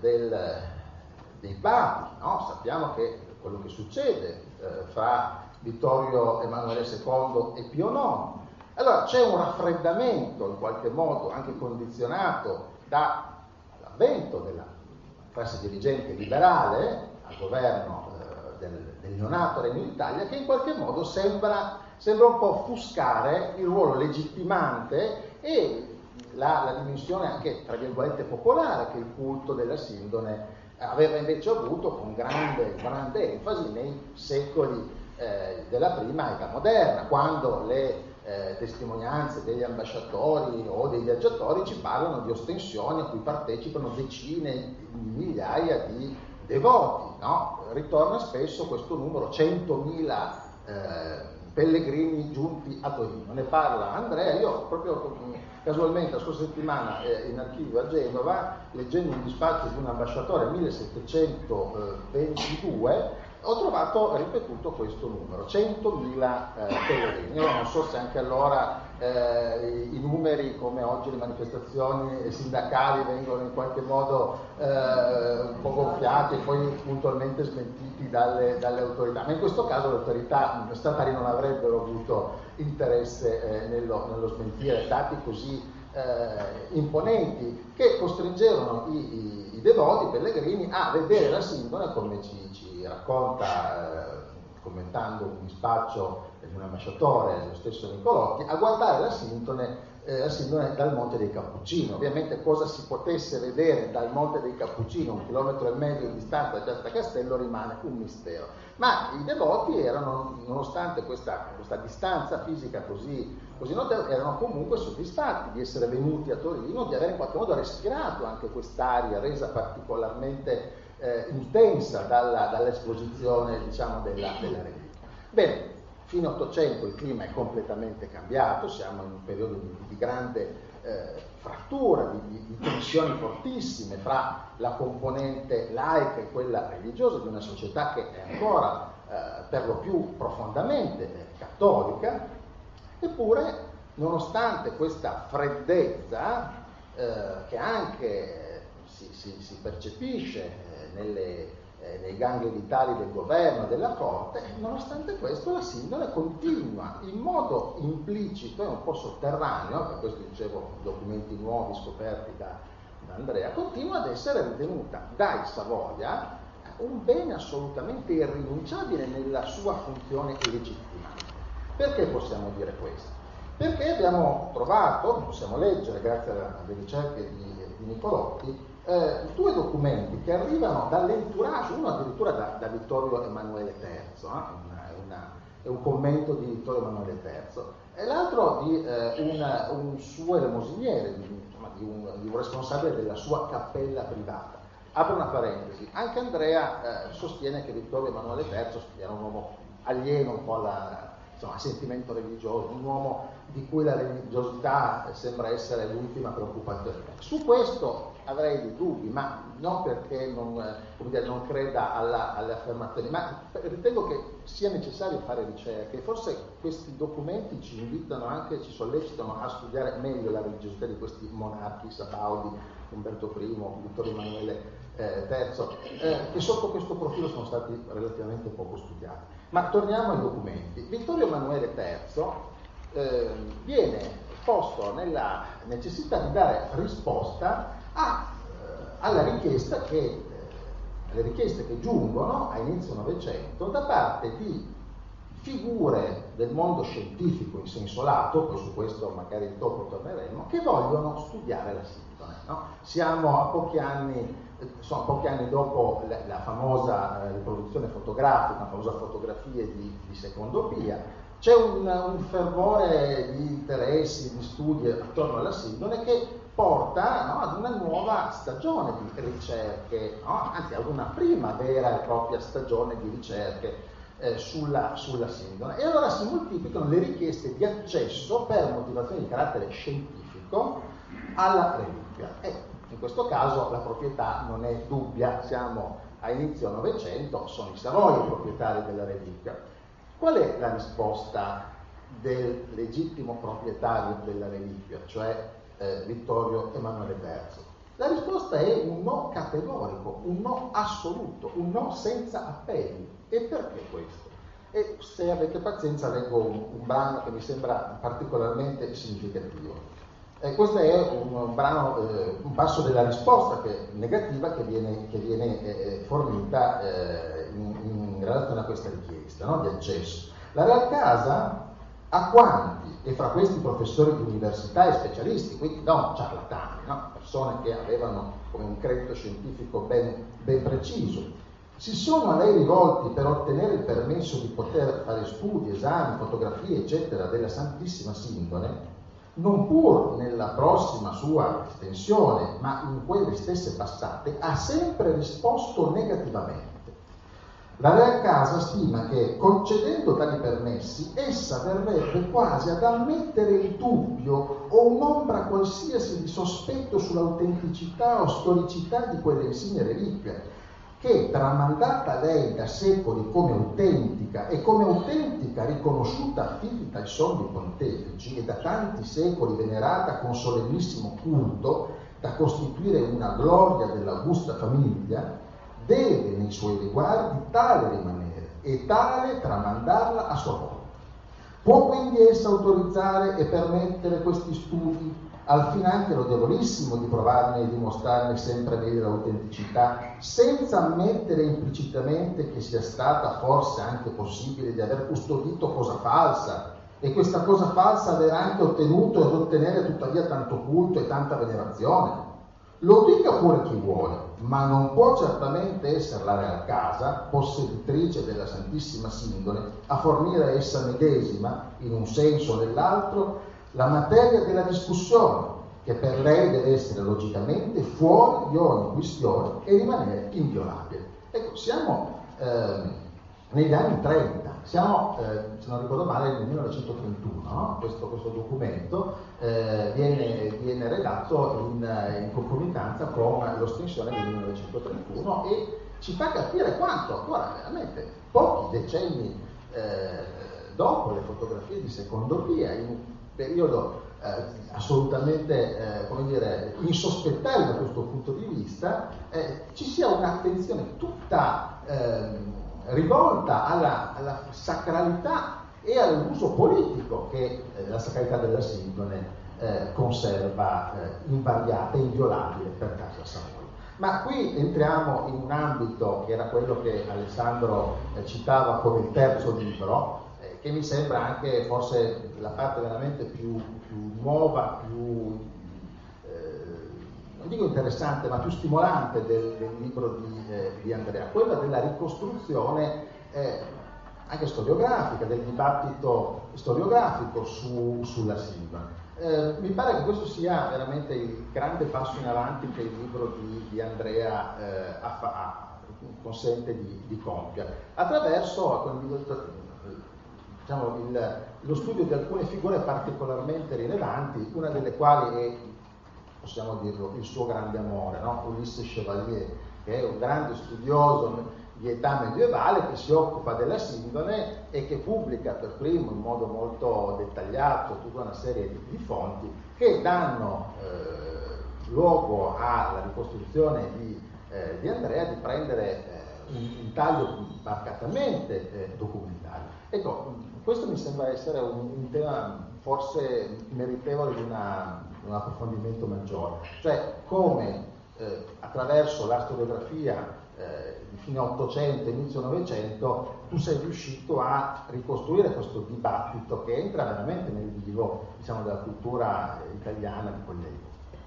dei papi, no? Sappiamo che quello che succede fra Vittorio Emanuele II e Pio IX. Allora c'è un raffreddamento in qualche modo anche condizionato dall'avvento della classe dirigente liberale al governo del neonato Regno d'Italia, che in qualche modo sembra un po' offuscare il ruolo legittimante e la dimensione anche, tra virgolette, popolare che il culto della sindone aveva invece avuto con grande enfasi nei secoli della prima età moderna, quando le testimonianze degli ambasciatori o dei viaggiatori ci parlano di ostensioni a cui partecipano decine di migliaia di devoti, no? Ritorna spesso questo numero, 100.000 pellegrini giunti a Torino. Ne parla Andrea. Io proprio casualmente la scorsa settimana in archivio a Genova, leggendo un dispaccio di un ambasciatore nel 1722, ho trovato ripetuto questo numero, 100.000 pellegrini. Io non so se anche allora i numeri, come oggi le manifestazioni sindacali, vengono in qualche modo un po' gonfiati e poi puntualmente smentiti dalle autorità, ma in questo caso le autorità statali non avrebbero avuto interesse nello smentire dati così imponenti, che costringevano i devoti, i pellegrini, a vedere la sindone, come ci racconta commentando un dispaccio di un ambasciatore, lo stesso Nicolotti, a guardare la sindone dal Monte dei Cappuccini. Ovviamente cosa si potesse vedere dal Monte dei Cappuccini, 1,5 chilometri di distanza da Piazza Castello, rimane un mistero. Ma i devoti erano, nonostante questa distanza fisica così notevole, erano comunque soddisfatti di essere venuti a Torino, di aver in qualche modo respirato anche quest'aria resa particolarmente intensa dall'esposizione, diciamo, della reliquia. Bene, fine Ottocento il clima è completamente cambiato, siamo in un periodo di grande frattura, di tensioni fortissime fra la componente laica e quella religiosa di una società che è ancora per lo più profondamente cattolica. Eppure, nonostante questa freddezza che anche si percepisce nei gangli vitali del governo e della corte, nonostante questo la sindone continua in modo implicito e un po' sotterraneo, per questo dicevo documenti nuovi scoperti da Andrea, continua ad essere ritenuta dai Savoia un bene assolutamente irrinunciabile nella sua funzione legittimante. Perché possiamo dire questo? Perché abbiamo trovato, possiamo leggere grazie alle ricerche di Nicolotti, due documenti che arrivano dall'entourage, uno addirittura da Vittorio Emanuele III, è un commento di Vittorio Emanuele III, e l'altro di un suo elemosiniere, di un responsabile della sua cappella privata. Apro una parentesi, anche Andrea sostiene che Vittorio Emanuele III era un uomo alieno un po' al sentimento religioso, un uomo di cui la religiosità sembra essere l'ultima preoccupazione. Su questo avrei dei dubbi, ma non perché non creda alle affermazioni, ma ritengo che sia necessario fare ricerche. Forse questi documenti ci invitano anche, ci sollecitano a studiare meglio la religiosità di questi monarchi, Sabaudi, Umberto I, Vittorio Emanuele III, che sotto questo profilo sono stati relativamente poco studiati. Ma torniamo ai documenti. Vittorio Emanuele III viene posto nella necessità di dare risposta alle richieste che giungono a inizio Novecento da parte di figure del mondo scientifico in senso lato, poi su questo magari dopo torneremo, che vogliono studiare la sindone. No? Siamo a pochi anni dopo la famosa riproduzione fotografica, la famosa fotografia di Secondo Pia. C'è un fervore di interessi, di studi attorno alla sindone che porta ad una nuova stagione di ricerche, anzi ad una prima vera e propria stagione di ricerche sulla sindone. E allora si moltiplicano le richieste di accesso per motivazioni di carattere scientifico alla reliquia. E in questo caso la proprietà non è dubbia, siamo a inizio Novecento, sono i Savoia i proprietari della reliquia. Qual è la risposta del legittimo proprietario della reliquia, cioè Vittorio Emanuele III? La risposta è un no categorico, un no assoluto, un no senza appelli. E perché questo? E se avete pazienza leggo un brano che mi sembra particolarmente significativo. Questo è un brano, un passo della risposta negativa che viene fornita in relazione a questa richiesta, no? Di accesso. La Real Casa a quanti, e fra questi professori di università e specialisti, quindi non ciarlatani, no? Persone che avevano come un credito scientifico ben preciso, si sono a lei rivolti per ottenere il permesso di poter fare studi, esami, fotografie, eccetera, della Santissima Sindone, non pur nella prossima sua estensione, ma in quelle stesse passate, ha sempre risposto negativamente. La Real Casa stima che, concedendo tali permessi, essa verrebbe quasi ad ammettere il dubbio o un'ombra qualsiasi di sospetto sull'autenticità o storicità di quelle insigne reliquie, che, tramandata a lei da secoli come autentica e come autentica riconosciuta affidita ai sommi pontefici e da tanti secoli venerata con solennissimo culto da costituire una gloria dell'augusta famiglia, deve nei suoi riguardi tale rimanere e tale tramandarla a sua volta. Può quindi essa autorizzare e permettere questi studi al fine anche lodevolissimo di provarne e dimostrarne sempre meglio l'autenticità, senza ammettere implicitamente che sia stata forse anche possibile di aver custodito cosa falsa, e questa cosa falsa aver anche ottenuto ed ottenere tuttavia tanto culto e tanta venerazione. Lo dica pure chi vuole, ma non può certamente essere la Real Casa, posseditrice della Santissima Sindone, a fornire essa medesima, in un senso o nell'altro, la materia della discussione, che per lei deve essere logicamente fuori di ogni questione e rimanere inviolabile. Ecco, siamo negli anni 30, siamo, se non ricordo male, nel 1931, no? Questo documento viene redatto in concomitanza con l'ostensione del 1931 e ci fa capire quanto ancora veramente pochi decenni dopo le fotografie di Secondo Pia, in un periodo assolutamente insospettabile da questo punto di vista, ci sia un'attenzione tutta rivolta alla sacralità e all'uso politico che la sacralità della Sindone conserva invariata e inviolabile per Casa Savoia. Ma qui entriamo in un ambito che era quello che Alessandro citava come il terzo libro, che mi sembra anche forse la parte veramente più nuova, più non dico interessante, ma più stimolante del libro di Andrea, quella della ricostruzione anche storiografica, del dibattito storiografico sulla Sindone. Mi pare che questo sia veramente il grande passo in avanti che il libro di Andrea consente di compiere, attraverso lo studio di alcune figure particolarmente rilevanti, una delle quali è possiamo dirlo, il suo grande amore, no? Ulisse Chevalier, che è un grande studioso di età medievale che si occupa della Sindone e che pubblica per primo in modo molto dettagliato tutta una serie di fonti che danno luogo alla ricostruzione di Andrea di prendere un taglio marcatamente documentario. Ecco, questo mi sembra essere un tema forse meritevole di un approfondimento maggiore, cioè come attraverso la storiografia di fine 800 inizio 900 tu sei riuscito a ricostruire questo dibattito che entra veramente nel vivo, diciamo, della cultura italiana di quell'epoca.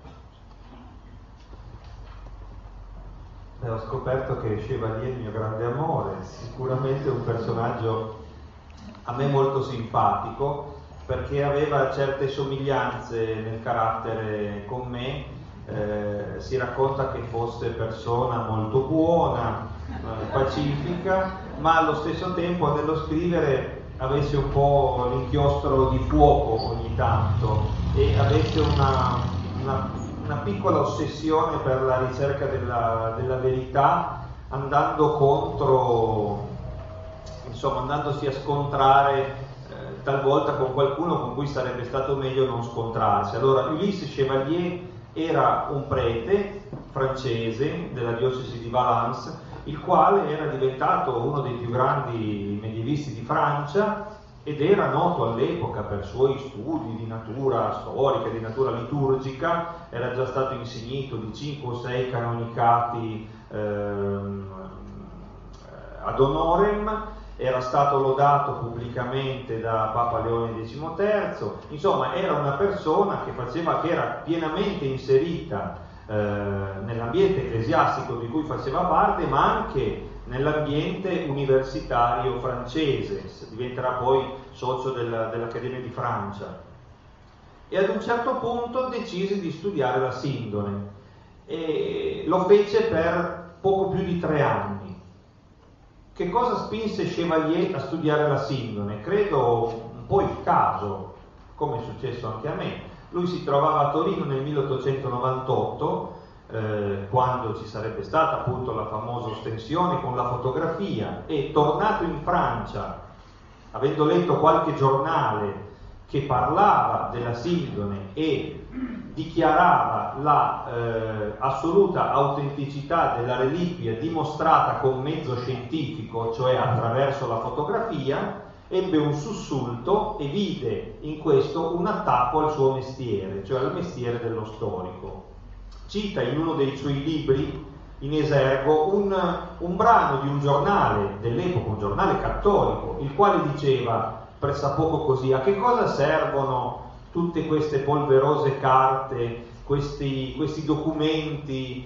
Ho scoperto che Chevalier è il mio grande amore, sicuramente un personaggio a me molto simpatico perché aveva certe somiglianze nel carattere con me. Si racconta che fosse persona molto buona, pacifica, ma allo stesso tempo nello scrivere avesse un po' l'inchiostro di fuoco ogni tanto e avesse una piccola ossessione per la ricerca della verità, andando contro, insomma, andandosi a scontrare talvolta con qualcuno con cui sarebbe stato meglio non scontrarsi. Allora, Ulisse Chevalier era un prete francese della diocesi di Valence, il quale era diventato uno dei più grandi medievisti di Francia ed era noto all'epoca per i suoi studi di natura storica, di natura liturgica. Era già stato insignito di 5 o 6 canonicati ad honorem, era stato lodato pubblicamente da Papa Leone XIII, insomma era una persona che era pienamente inserita nell'ambiente ecclesiastico di cui faceva parte, ma anche nell'ambiente universitario francese. Diventerà poi socio dell'Accademia di Francia e ad un certo punto decise di studiare la Sindone e lo fece per poco più di 3 anni. Che cosa spinse Chevalier a studiare la Sindone? Credo un po' il caso, come è successo anche a me. Lui si trovava a Torino nel 1898, quando ci sarebbe stata appunto la famosa ostensione con la fotografia, e tornato in Francia, avendo letto qualche giornale che parlava della Sindone e dichiarava la assoluta autenticità della reliquia dimostrata con mezzo scientifico, cioè attraverso la fotografia, ebbe un sussulto e vide in questo un attacco al suo mestiere, cioè al mestiere dello storico. Cita in uno dei suoi libri in esergo un brano di un giornale dell'epoca, un giornale cattolico, il quale diceva pressappoco così: a che cosa servono tutte queste polverose carte, questi documenti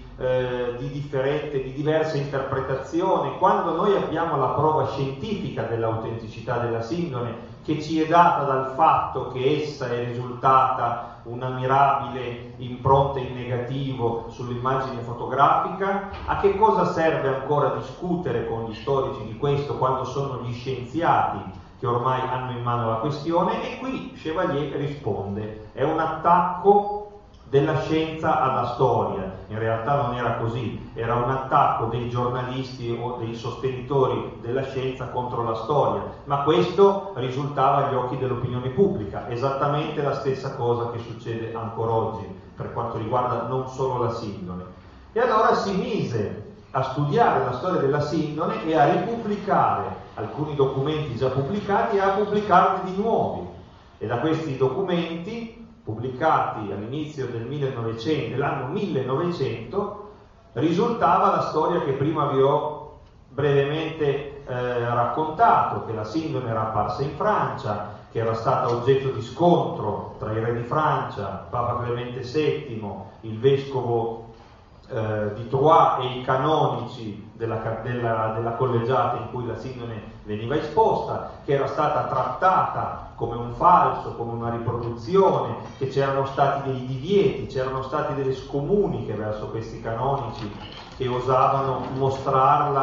di diversa interpretazione, quando noi abbiamo la prova scientifica dell'autenticità della Sindone, che ci è data dal fatto che essa è risultata una mirabile impronta in negativo sull'immagine fotografica? A che cosa serve ancora discutere con gli storici di questo quando sono gli scienziati che ormai hanno in mano la questione? E qui Chevalier risponde: è un attacco della scienza alla storia. In realtà non era così, era un attacco dei giornalisti o dei sostenitori della scienza contro la storia, ma questo risultava agli occhi dell'opinione pubblica. Esattamente la stessa cosa che succede ancora oggi per quanto riguarda non solo la Sindone. E allora si mise a studiare la storia della Sindone e a ripubblicare alcuni documenti già pubblicati e a pubblicarne di nuovi. E da questi documenti, pubblicati all'inizio dell'anno 1900, risultava la storia che prima vi ho brevemente raccontato, che la Sindone era apparsa in Francia, che era stata oggetto di scontro tra i re di Francia, Papa Clemente VII, il vescovo di Troyes e i canonici della collegiata in cui la Sindone veniva esposta, che era stata trattata come un falso, come una riproduzione, che c'erano stati dei divieti, c'erano state delle scomuniche verso questi canonici che osavano mostrarla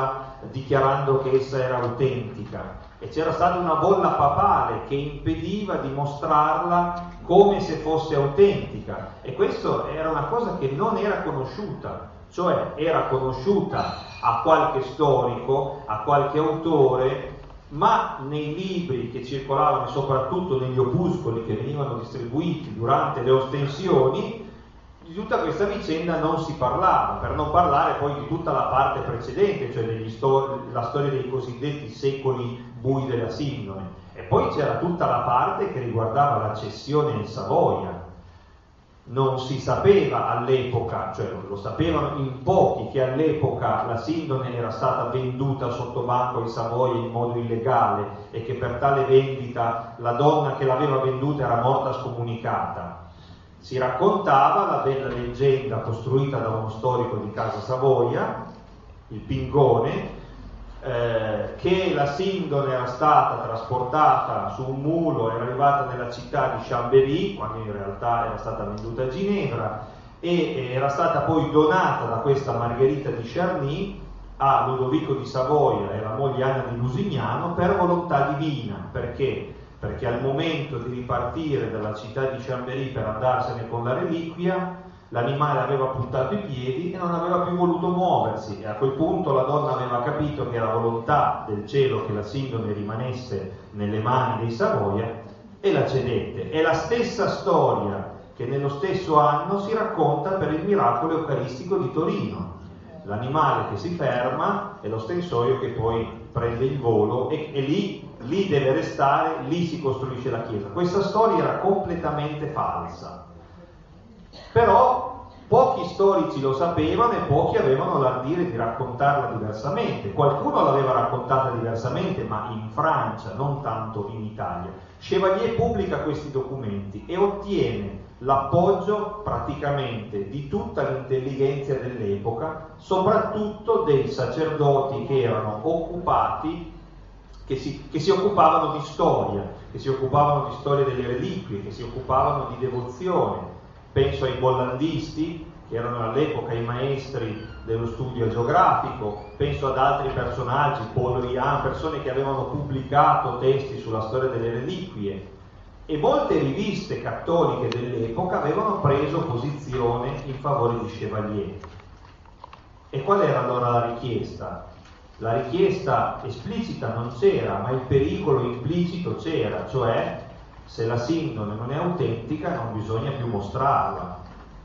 dichiarando che essa era autentica, e c'era stata una bolla papale che impediva di mostrarla come se fosse autentica, e questo era una cosa che non era conosciuta, cioè era conosciuta a qualche storico, a qualche autore, ma nei libri che circolavano e soprattutto negli opuscoli che venivano distribuiti durante le ostensioni, di tutta questa vicenda non si parlava, per non parlare poi di tutta la parte precedente, cioè la storia dei cosiddetti secoli bui della Sindone. E poi c'era tutta la parte che riguardava la cessione in Savoia. Non si sapeva all'epoca, cioè lo sapevano in pochi, che all'epoca la Sindone era stata venduta sotto banco in Savoia in modo illegale e che per tale vendita la donna che l'aveva venduta era morta scomunicata. Si raccontava la bella leggenda costruita da uno storico di Casa Savoia, il Pingone, che la Sindone era stata trasportata su un mulo, era arrivata nella città di Chambéry, quando in realtà era stata venduta a Ginevra, e era stata poi donata da questa Margherita di Charny a Ludovico di Savoia e la moglie Anna di Lusignano per volontà divina. Perché? Perché al momento di ripartire dalla città di Chambéry per andarsene con la reliquia, l'animale aveva puntato i piedi e non aveva più voluto muoversi, e a quel punto la donna aveva capito che era volontà del cielo che la Sindone rimanesse nelle mani dei Savoia e la cedette. È la stessa storia che nello stesso anno si racconta per il miracolo eucaristico di Torino. L'animale che si ferma e l'ostensorio che poi prende il volo e lì deve restare, lì si costruisce la chiesa. Questa storia era completamente falsa, però pochi storici lo sapevano e pochi avevano l'ardire di raccontarla diversamente. Qualcuno l'aveva raccontata diversamente, ma in Francia, non tanto in Italia. Chevalier pubblica questi documenti e ottiene l'appoggio praticamente di tutta l'intelligenza dell'epoca, soprattutto dei sacerdoti che erano occupati, che si occupavano di storia, che si occupavano di storia delle reliquie, che si occupavano di devozione. Penso ai bollandisti, che erano all'epoca i maestri dello studio geografico, penso ad altri personaggi, Paul Rian, persone che avevano pubblicato testi sulla storia delle reliquie, e molte riviste cattoliche dell'epoca avevano preso posizione in favore di Chevalier. E qual era allora la richiesta? La richiesta esplicita non c'era, ma il pericolo implicito c'era, cioè se la Sindone non è autentica non bisogna più mostrarla.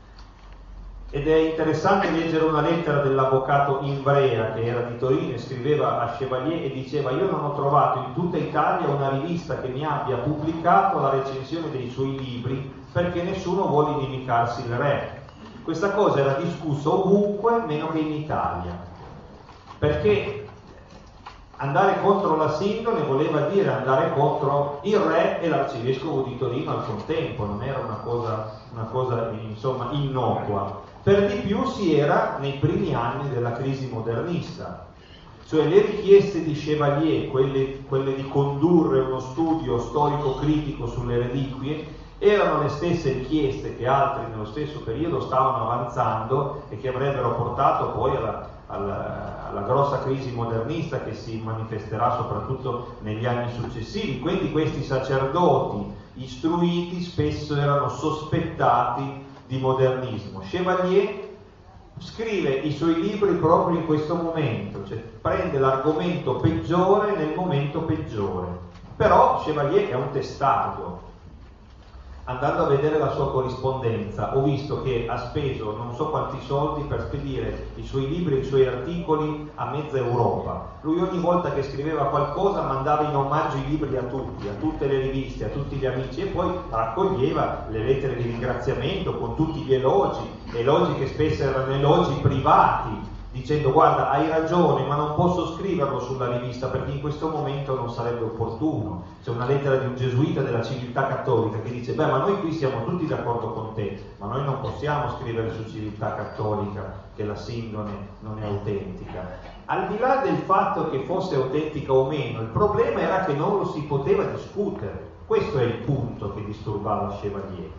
Ed è interessante leggere una lettera dell'avvocato Invrea, che era di Torino e scriveva a Chevalier e diceva: io non ho trovato in tutta Italia una rivista che mi abbia pubblicato la recensione dei suoi libri, perché nessuno vuole inimicarsi il re. Questa cosa era discussa ovunque meno che in Italia, perché andare contro la Sindone voleva dire andare contro il re e l'arcivescovo di Torino al contempo, non era una cosa insomma innocua. Per di più si era nei primi anni della crisi modernista, cioè le richieste di Chevalier, quelle di condurre uno studio storico-critico sulle reliquie, erano le stesse richieste che altri nello stesso periodo stavano avanzando e che avrebbero portato poi alla grossa crisi modernista che si manifesterà soprattutto negli anni successivi. Quindi questi sacerdoti istruiti spesso erano sospettati di modernismo. Chevalier scrive i suoi libri proprio in questo momento, cioè prende l'argomento peggiore nel momento peggiore. Però Chevalier è un testardo. Andando a vedere la sua corrispondenza ho visto che ha speso non so quanti soldi per spedire i suoi libri e i suoi articoli a mezza Europa. Lui ogni volta che scriveva qualcosa mandava in omaggio i libri a tutti, a tutte le riviste, a tutti gli amici, e poi raccoglieva le lettere di ringraziamento con tutti gli elogi che spesso erano elogi privati, dicendo: guarda, hai ragione, ma non posso scriverlo sulla rivista perché in questo momento non sarebbe opportuno. C'è una lettera di un gesuita della Civiltà Cattolica che dice: beh, ma noi qui siamo tutti d'accordo con te, ma noi non possiamo scrivere su Civiltà Cattolica che la Sindone non è autentica. Al di là del fatto che fosse autentica o meno, il problema era che non lo si poteva discutere. Questo è il punto che disturbava Chevalier.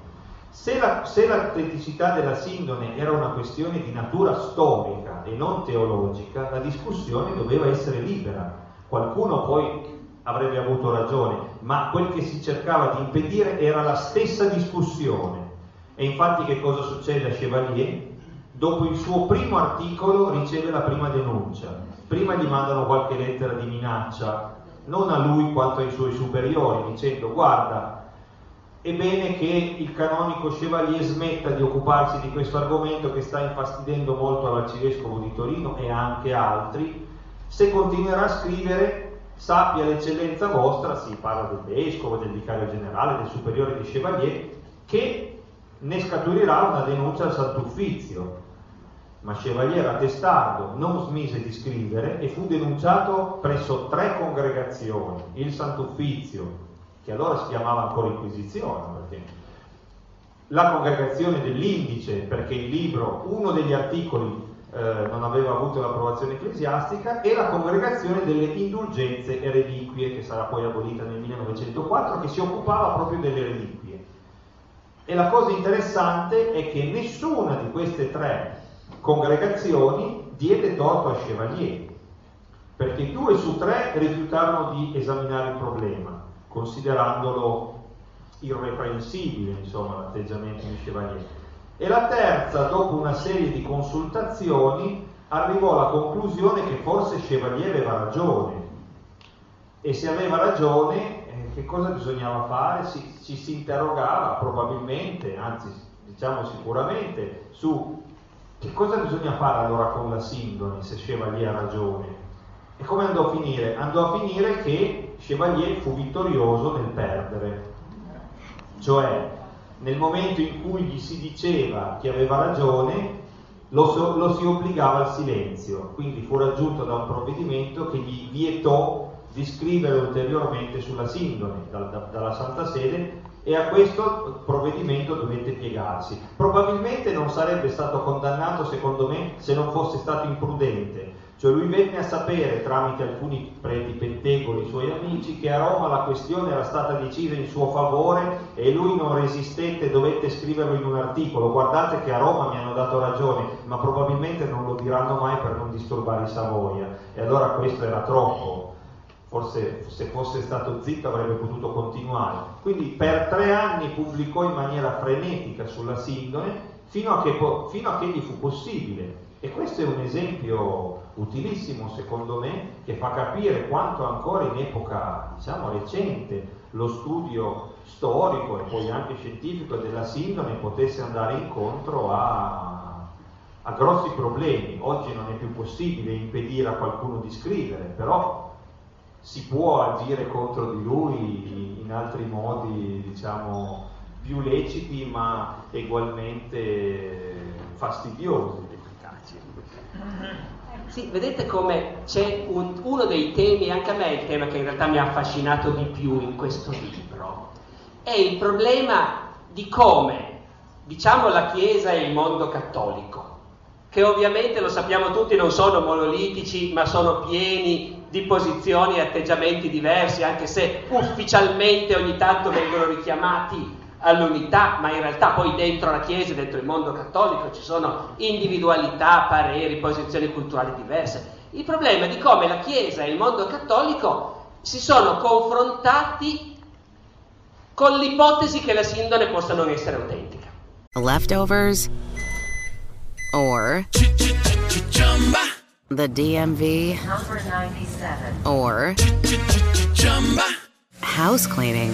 Se l'autenticità della sindone era una questione di natura storica e non teologica, la discussione doveva essere libera. Qualcuno poi avrebbe avuto ragione, ma quel che si cercava di impedire era la stessa discussione. E infatti che cosa succede a Chevalier? Dopo il suo primo articolo riceve la prima denuncia. Prima gli mandano qualche lettera di minaccia, non a lui quanto ai suoi superiori, dicendo: guarda, è bene che il canonico Chevalier smetta di occuparsi di questo argomento che sta infastidendo molto all'arcivescovo di Torino e anche altri. Se continuerà a scrivere, sappia l'eccellenza vostra, si parla del vescovo, del vicario generale, del superiore di Chevalier, che ne scaturirà una denuncia al Sant'Uffizio. Ma Chevalier era testardo, non smise di scrivere e fu denunciato presso 3 congregazioni: il Sant'Uffizio, che allora si chiamava ancora Inquisizione, perché la congregazione dell'Indice, perché il libro, uno degli articoli non aveva avuto l'approvazione ecclesiastica, e la congregazione delle indulgenze e reliquie, che sarà poi abolita nel 1904, che si occupava proprio delle reliquie. E la cosa interessante è che nessuna di queste 3 congregazioni diede torto a Chevalier, perché 2 su 3 rifiutarono di esaminare il problema, considerandolo irreprensibile, insomma, l'atteggiamento di Chevalier. E la terza, dopo una serie di consultazioni, arrivò alla conclusione che forse Chevalier aveva ragione. E se aveva ragione, che cosa bisognava fare? Ci si interrogava probabilmente, anzi diciamo sicuramente, su che cosa bisogna fare allora con la sindone se Chevalier ha ragione. E come andò a finire? Andò a finire che Chevalier fu vittorioso nel perdere. Cioè, nel momento in cui gli si diceva che aveva ragione, lo si obbligava al silenzio. Quindi fu raggiunto da un provvedimento che gli vietò di scrivere ulteriormente sulla sindone dalla Santa Sede, e a questo provvedimento dovette piegarsi. Probabilmente non sarebbe stato condannato, secondo me, se non fosse stato imprudente. Cioè lui venne a sapere, tramite alcuni preti pettegoli suoi amici, che a Roma la questione era stata decisa in suo favore e lui non resistette e dovette scriverlo in un articolo: guardate che a Roma mi hanno dato ragione, ma probabilmente non lo diranno mai per non disturbare i Savoia. E allora questo era troppo. Forse se fosse stato zitto avrebbe potuto continuare. Quindi per 3 anni pubblicò in maniera frenetica sulla sindone fino a che gli fu possibile. E questo è un esempio utilissimo, secondo me, che fa capire quanto ancora in epoca, diciamo, recente lo studio storico e poi anche scientifico della sindone potesse andare incontro a grossi problemi. Oggi non è più possibile impedire a qualcuno di scrivere, però si può agire contro di lui in altri modi, diciamo, più leciti ma ugualmente fastidiosi. Sì, vedete come c'è uno dei temi, anche a me il tema che in realtà mi ha affascinato di più in questo libro, è il problema di come, diciamo, la Chiesa e il mondo cattolico, che ovviamente lo sappiamo tutti non sono monolitici ma sono pieni di posizioni e atteggiamenti diversi, anche se ufficialmente ogni tanto vengono richiamati all'unità, ma in realtà poi dentro la Chiesa e dentro il mondo cattolico ci sono individualità, pareri, posizioni culturali diverse. Il problema è di come la Chiesa e il mondo cattolico si sono confrontati con l'ipotesi che la sindone possa non essere autentica. Leftovers or the DMV Number 97. or house cleaning.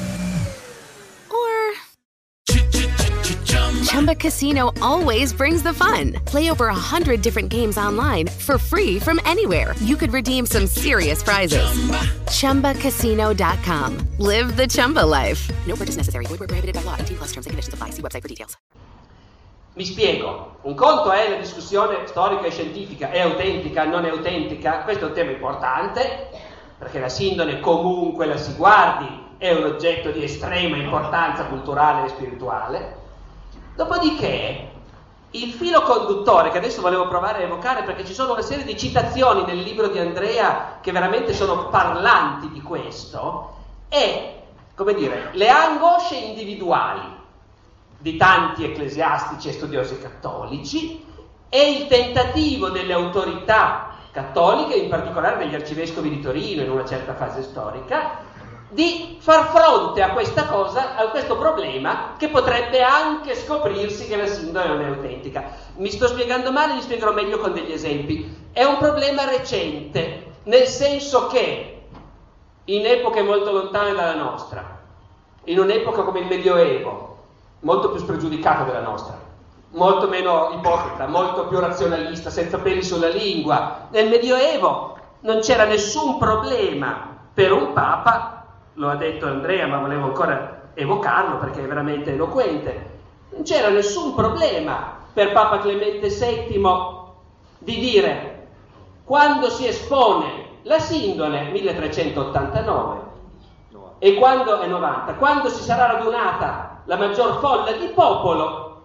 Chumba Casino always brings the fun. Play over 100 different games online for free from anywhere. You could redeem some serious prizes. ChumbaCasino.com. Live the Chumba life. No purchase necessary. Void where prohibited by law. 18+ terms and conditions apply. See website for details. Mi spiego. Un conto è la discussione storica e scientifica. È autentica, non è autentica? Questo è un tema importante, perché la sindone, comunque la si guardi, è un oggetto di estrema importanza culturale e spirituale. Dopodiché, il filo conduttore, che adesso volevo provare a evocare, perché ci sono una serie di citazioni nel libro di Andrea che veramente sono parlanti di questo, è, come dire, le angosce individuali di tanti ecclesiastici e studiosi cattolici e il tentativo delle autorità cattoliche, in particolare degli arcivescovi di Torino in una certa fase storica, di far fronte a questa cosa, a questo problema che potrebbe anche scoprirsi che la sindone non è autentica. Mi sto spiegando male, mi spiegherò meglio con degli esempi. È un problema recente, nel senso che in epoche molto lontane dalla nostra, in un'epoca come il Medioevo, molto più spregiudicata della nostra, molto meno ipocrita, molto più razionalista, senza peli sulla lingua, nel Medioevo non c'era nessun problema per un papa, lo ha detto Andrea, ma volevo ancora evocarlo perché è veramente eloquente, non c'era nessun problema per Papa Clemente VII di dire, quando si espone la sindone 1389 e quando è 90, quando si sarà radunata la maggior folla di popolo,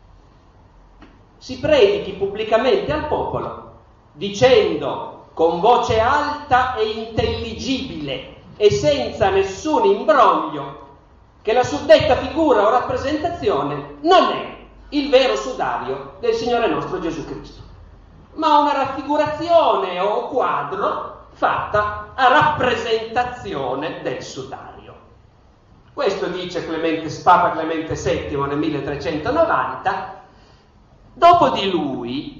si predichi pubblicamente al popolo dicendo con voce alta e intelligibile e senza nessun imbroglio che la suddetta figura o rappresentazione non è il vero sudario del Signore nostro Gesù Cristo, ma una raffigurazione o quadro fatta a rappresentazione del sudario. Questo dice Papa Clemente VII nel 1390. Dopo di lui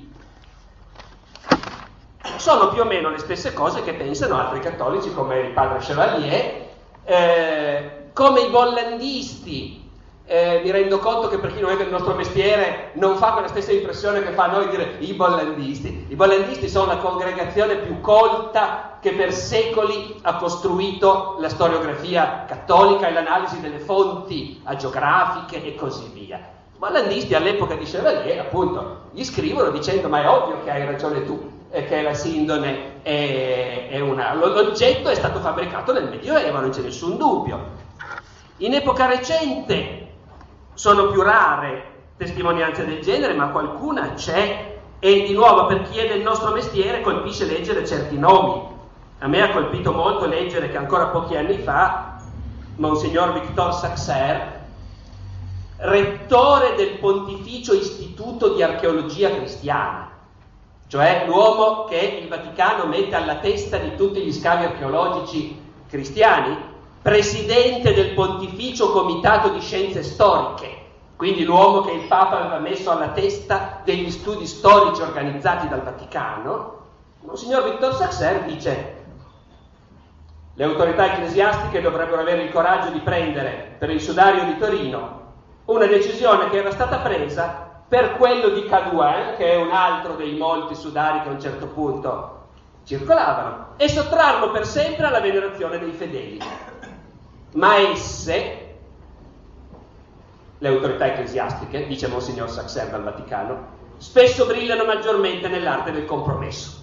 sono più o meno le stesse cose che pensano altri cattolici come il padre Chevalier, come i bollandisti. Mi rendo conto che per chi non è del nostro mestiere non fa quella stessa impressione che fa a noi dire i bollandisti. I bollandisti sono la congregazione più colta che per secoli ha costruito la storiografia cattolica e l'analisi delle fonti agiografiche e così via. I bollandisti all'epoca di Chevalier appunto gli scrivono dicendo ma è ovvio che hai ragione tu, che la sindone è una... L'oggetto è stato fabbricato nel Medioevo, non c'è nessun dubbio. In epoca recente sono più rare testimonianze del genere, ma qualcuna c'è, e di nuovo per chi è del nostro mestiere colpisce leggere certi nomi. A me ha colpito molto leggere che ancora pochi anni fa Monsignor Victor Saxer, rettore del Pontificio Istituto di Archeologia Cristiana, cioè l'uomo che il Vaticano mette alla testa di tutti gli scavi archeologici cristiani, presidente del Pontificio Comitato di Scienze Storiche, quindi l'uomo che il Papa aveva messo alla testa degli studi storici organizzati dal Vaticano, Monsignor Victor Saxer dice: le autorità ecclesiastiche dovrebbero avere il coraggio di prendere per il sudario di Torino una decisione che era stata presa per quello di Cadouin, che è un altro dei molti sudari che a un certo punto circolavano, e sottrarlo per sempre alla venerazione dei fedeli. Ma esse, le autorità ecclesiastiche, dice Monsignor Saxer dal Vaticano, spesso brillano maggiormente nell'arte del compromesso.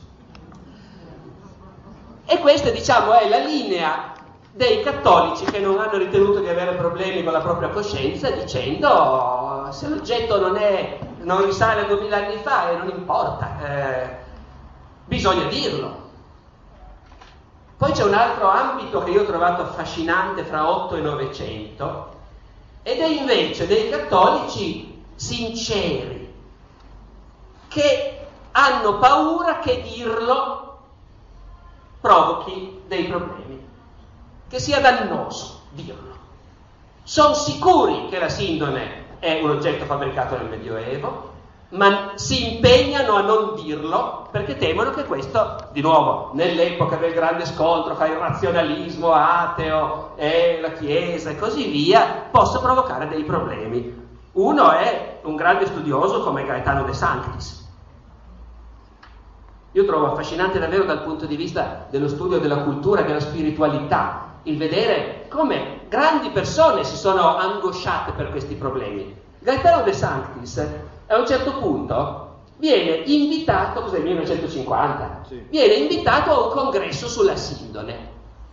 E questa, diciamo, è la linea dei cattolici che non hanno ritenuto di avere problemi con la propria coscienza, dicendo se l'oggetto non risale a 2000 anni fa e non importa, bisogna dirlo. Poi c'è un altro ambito che io ho trovato affascinante fra 8 e 900 ed è invece dei cattolici sinceri che hanno paura che dirlo provochi dei problemi, che sia dannoso dirlo. Sono sicuri che la sindone è un oggetto fabbricato nel Medioevo, ma si impegnano a non dirlo perché temono che questo, di nuovo, nell'epoca del grande scontro fra il razionalismo ateo e la Chiesa e così via, possa provocare dei problemi. Uno è un grande studioso come Gaetano De Sanctis. Io trovo affascinante davvero dal punto di vista dello studio della cultura e della spiritualità il vedere come grandi persone si sono angosciate per questi problemi. Gaetano De Sanctis a un certo punto viene invitato, cos'è, 1950? Sì. Viene invitato a un congresso sulla sindone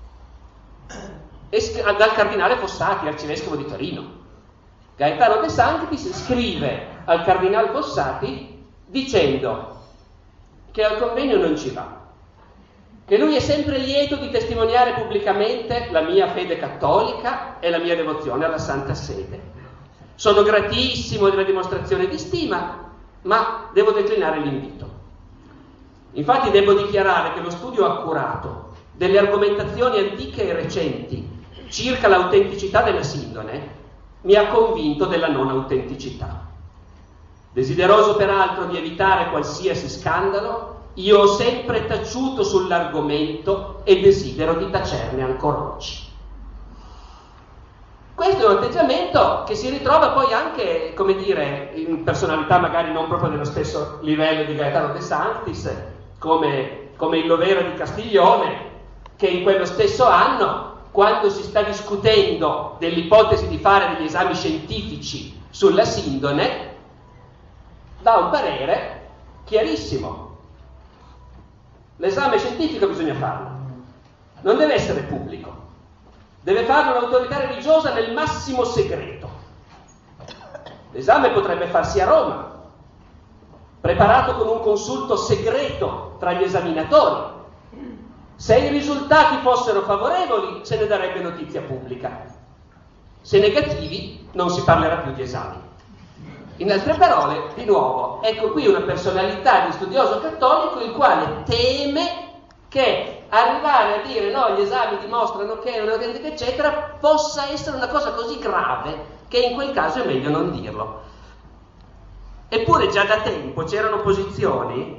dal cardinale Fossati, arcivescovo di Torino. Gaetano De Sanctis scrive al cardinale Fossati dicendo che al convegno non ci va, che lui è sempre lieto di testimoniare pubblicamente la mia fede cattolica e la mia devozione alla Santa Sede. Sono gratissimo della dimostrazione di stima, ma devo declinare l'invito. Infatti devo dichiarare che lo studio accurato delle argomentazioni antiche e recenti circa l'autenticità della sindone mi ha convinto della non autenticità. Desideroso peraltro di evitare qualsiasi scandalo, io ho sempre taciuto sull'argomento e desidero di tacerne ancora oggi. Questo è un atteggiamento che si ritrova poi anche, come dire, in personalità magari non proprio dello stesso livello di Gaetano De Sanctis, come il Lovera di Castiglione, che in quello stesso anno, quando si sta discutendo dell'ipotesi di fare degli esami scientifici sulla sindone, dà un parere chiarissimo. L'esame scientifico bisogna farlo, non deve essere pubblico, deve farlo un'autorità religiosa nel massimo segreto. L'esame potrebbe farsi a Roma, preparato con un consulto segreto tra gli esaminatori. Se i risultati fossero favorevoli, se ne darebbe notizia pubblica. Se negativi, non si parlerà più di esami. In altre parole, di nuovo, ecco qui una personalità di studioso cattolico il quale teme che arrivare a dire no, gli esami dimostrano che è una autentica eccetera, possa essere una cosa così grave che in quel caso è meglio non dirlo. Eppure già da tempo c'erano posizioni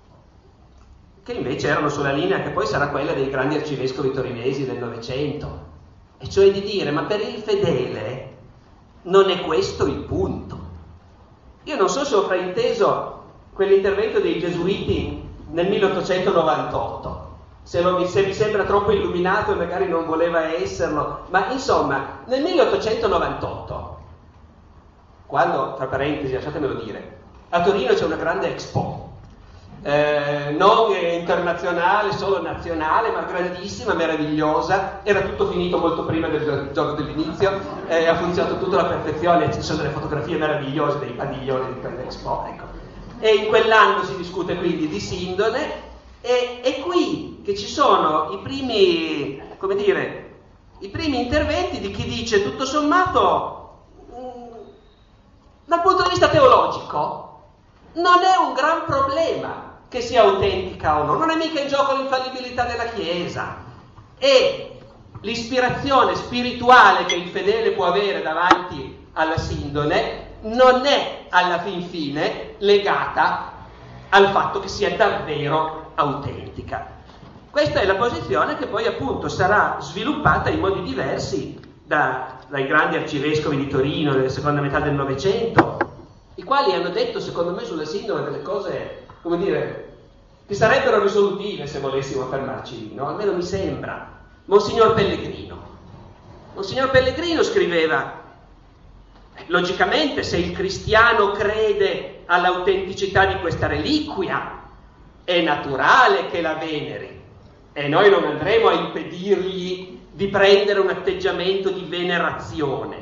che invece erano sulla linea che poi sarà quella dei grandi arcivescovi torinesi del Novecento, e cioè di dire ma per il fedele non è questo il punto. Io non so se ho frainteso quell'intervento dei gesuiti nel 1898, se mi sembra troppo illuminato e magari non voleva esserlo, ma insomma nel 1898, quando, tra parentesi, lasciatemelo dire, a Torino c'è una grande Expo, non internazionale, solo nazionale, ma grandissima, meravigliosa, era tutto finito molto prima del giorno dell'inizio, ha funzionato tutto alla perfezione, ci sono delle fotografie meravigliose dei padiglioni di quell'Expo, ecco. E in quell'anno si discute quindi di sindone, e è qui che ci sono i primi, come dire, i primi interventi di chi dice tutto sommato, dal punto di vista teologico, non è un gran problema che sia autentica o no, non è mica in gioco l'infallibilità della Chiesa, e l'ispirazione spirituale che il fedele può avere davanti alla sindone non è alla fin fine legata al fatto che sia davvero autentica. Questa è la posizione che poi appunto sarà sviluppata in modi diversi dai grandi arcivescovi di Torino nella seconda metà del Novecento, i quali hanno detto secondo me sulla sindone delle cose, come dire, che sarebbero risolutive se volessimo affermarci lì, no? Almeno mi sembra. Monsignor Pellegrino scriveva: logicamente se il cristiano crede all'autenticità di questa reliquia è naturale che la veneri, e noi non andremo a impedirgli di prendere un atteggiamento di venerazione.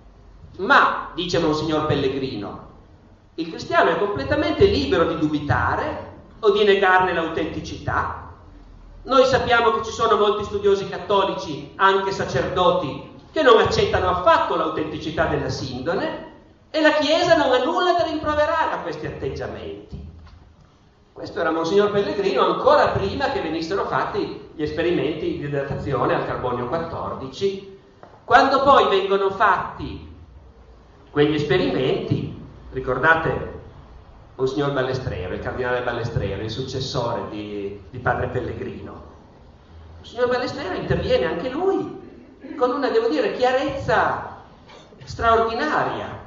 Ma, dice Monsignor Pellegrino, il cristiano è completamente libero di dubitare o di negarne l'autenticità. Noi sappiamo che ci sono molti studiosi cattolici, anche sacerdoti, che non accettano affatto l'autenticità della sindone, e la Chiesa non ha nulla da rimproverare a questi atteggiamenti. Questo era Monsignor Pellegrino ancora prima che venissero fatti gli esperimenti di datazione al carbonio 14. Quando poi vengono fatti quegli esperimenti, ricordate Monsignor Ballestrero, il cardinale Ballestrero, il successore di padre Pellegrino. Monsignor Ballestrero interviene anche lui con una, devo dire, chiarezza straordinaria.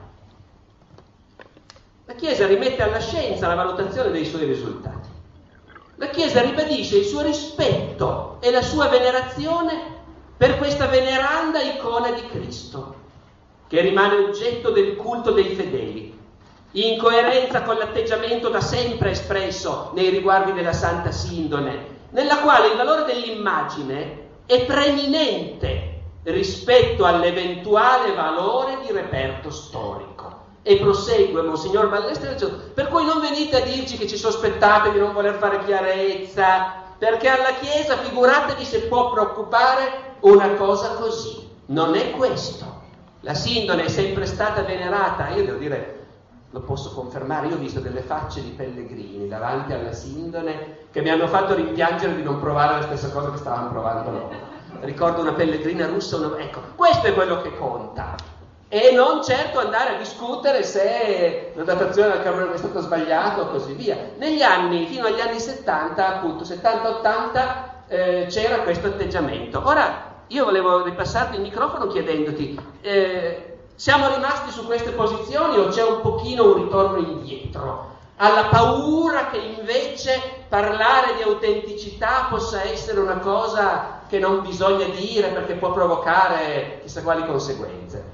La Chiesa rimette alla scienza la valutazione dei suoi risultati. La Chiesa ribadisce il suo rispetto e la sua venerazione per questa veneranda icona di Cristo, che rimane oggetto del culto dei fedeli, in coerenza con l'atteggiamento da sempre espresso nei riguardi della Santa Sindone, nella quale il valore dell'immagine è preminente rispetto all'eventuale valore di reperto storico. E prosegue Monsignor Ballestrero, per cui non venite a dirci che ci sospettate di non voler fare chiarezza, perché alla Chiesa figuratevi se può preoccupare una cosa così. Non è questo. La Sindone è sempre stata venerata, io devo dire, lo posso confermare, io ho visto delle facce di pellegrini davanti alla Sindone che mi hanno fatto rimpiangere di non provare la stessa cosa che stavano provando loro. Ricordo una pellegrina russa, ecco, questo è quello che conta. E non certo andare a discutere se la datazione del carbone è stata sbagliata o così via. Negli anni, fino agli anni 70, appunto, 70-80, c'era questo atteggiamento. Ora, io volevo ripassarti il microfono chiedendoti, siamo rimasti su queste posizioni o c'è un pochino un ritorno indietro? Alla paura che invece parlare di autenticità possa essere una cosa che non bisogna dire perché può provocare chissà quali conseguenze.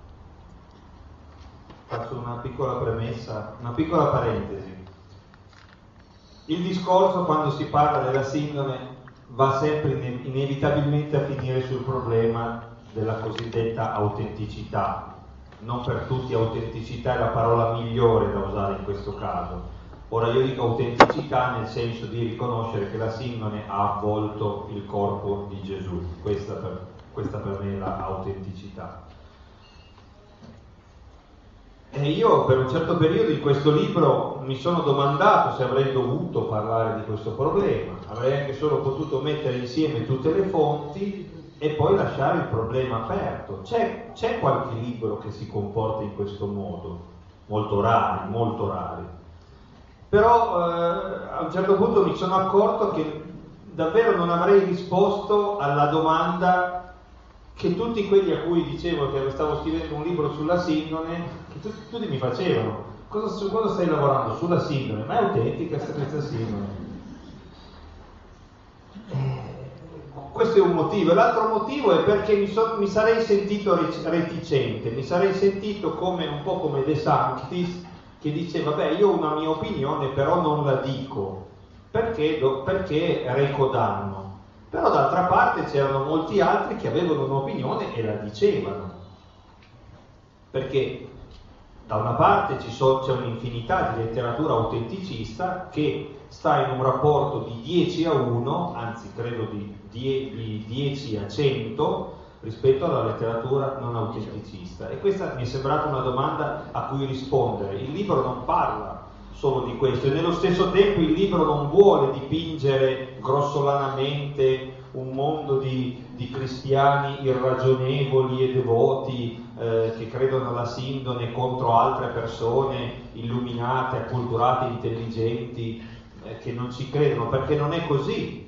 Faccio una piccola premessa, una piccola parentesi. Il discorso, quando si parla della Sindone, va sempre inevitabilmente a finire sul problema della cosiddetta autenticità. Non per tutti autenticità è la parola migliore da usare in questo caso. Ora io dico autenticità nel senso di riconoscere che la Sindone ha avvolto il corpo di Gesù. Questa per me è l'autenticità. E io per un certo periodo in questo libro mi sono domandato se avrei dovuto parlare di questo problema. Avrei anche solo potuto mettere insieme tutte le fonti e poi lasciare il problema aperto. C'è qualche libro che si comporta in questo modo, molto rari. Però a un certo punto mi sono accorto che davvero non avrei risposto alla domanda che tutti quelli a cui dicevo che stavo scrivendo un libro sulla Sindone, che tutti mi facevano. Su cosa stai lavorando? Sulla Sindone? Ma è autentica questa Sindone? Questo è un motivo. L'altro motivo è perché mi sarei sentito reticente, mi sarei sentito un po' come De Sanctis, che dice vabbè, io ho una mia opinione però non la dico perché reco danno. Però d'altra parte c'erano molti altri che avevano un'opinione e la dicevano, perché da una parte c'è un'infinità di letteratura autenticista che sta in un rapporto di 10-1, anzi credo di 10-100 rispetto alla letteratura non autenticista, e questa mi è sembrata una domanda a cui rispondere. Il libro non parla solo di questo e nello stesso tempo il libro non vuole dipingere grossolanamente un mondo di cristiani irragionevoli e devoti che credono alla Sindone contro altre persone illuminate, acculturate, intelligenti che non ci credono, perché non è così.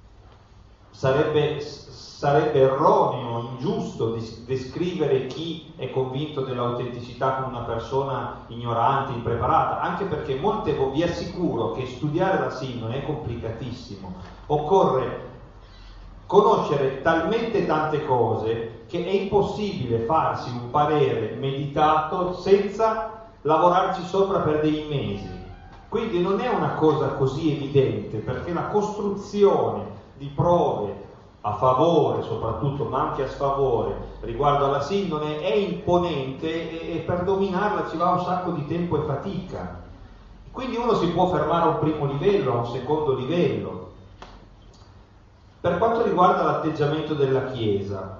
Sarebbe erroneo, ingiusto descrivere chi è convinto dell'autenticità come una persona ignorante, impreparata, anche perché vi assicuro che studiare la Sindone è complicatissimo. Occorre conoscere talmente tante cose che è impossibile farsi un parere meditato senza lavorarci sopra per dei mesi. Quindi non è una cosa così evidente, perché la costruzione di prove a favore soprattutto, ma anche a sfavore riguardo alla Sindone è imponente e per dominarla ci va un sacco di tempo e fatica. Quindi uno si può fermare a un primo livello, a un secondo livello. Per quanto riguarda l'atteggiamento della Chiesa,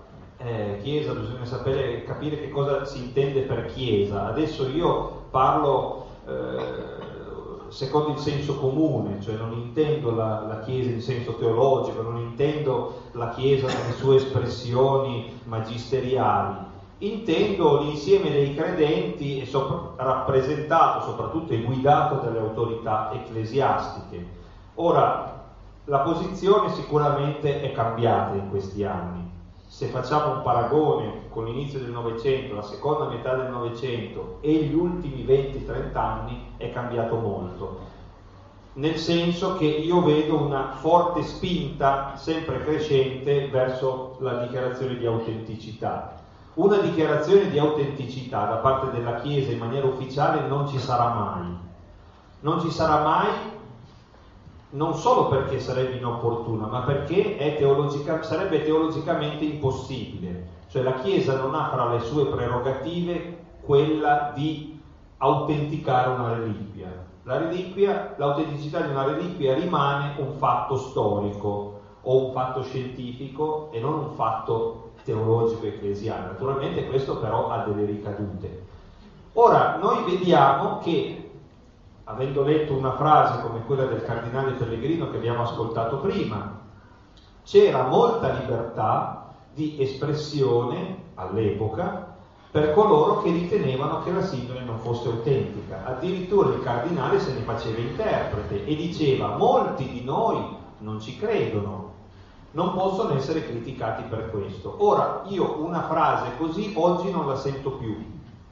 bisogna capire che cosa si intende per Chiesa. Adesso io parlo secondo il senso comune, cioè non intendo la Chiesa in senso teologico, non intendo la Chiesa nelle sue espressioni magisteriali, intendo l'insieme dei credenti e rappresentato soprattutto e guidato dalle autorità ecclesiastiche. Ora, la posizione sicuramente è cambiata in questi anni. Se facciamo un paragone con l'inizio del Novecento, la seconda metà del Novecento e gli ultimi 20-30 anni, è cambiato molto. Nel senso che io vedo una forte spinta sempre crescente verso la dichiarazione di autenticità. Una dichiarazione di autenticità da parte della Chiesa in maniera ufficiale non ci sarà mai. Non ci sarà mai, non solo perché sarebbe inopportuna, ma perché sarebbe teologicamente impossibile. Cioè la Chiesa non ha fra le sue prerogative quella di autenticare una reliquia. L'autenticità di una reliquia rimane un fatto storico o un fatto scientifico e non un fatto teologico-ecclesiale. Naturalmente questo però ha delle ricadute. Ora, noi vediamo che, avendo letto una frase come quella del cardinale Pellegrino che abbiamo ascoltato prima, c'era molta libertà di espressione all'epoca per coloro che ritenevano che la sindone non fosse autentica. Addirittura il cardinale se ne faceva interprete e diceva: molti di noi non ci credono, non possono essere criticati per questo. Ora, io una frase così oggi non la sento più.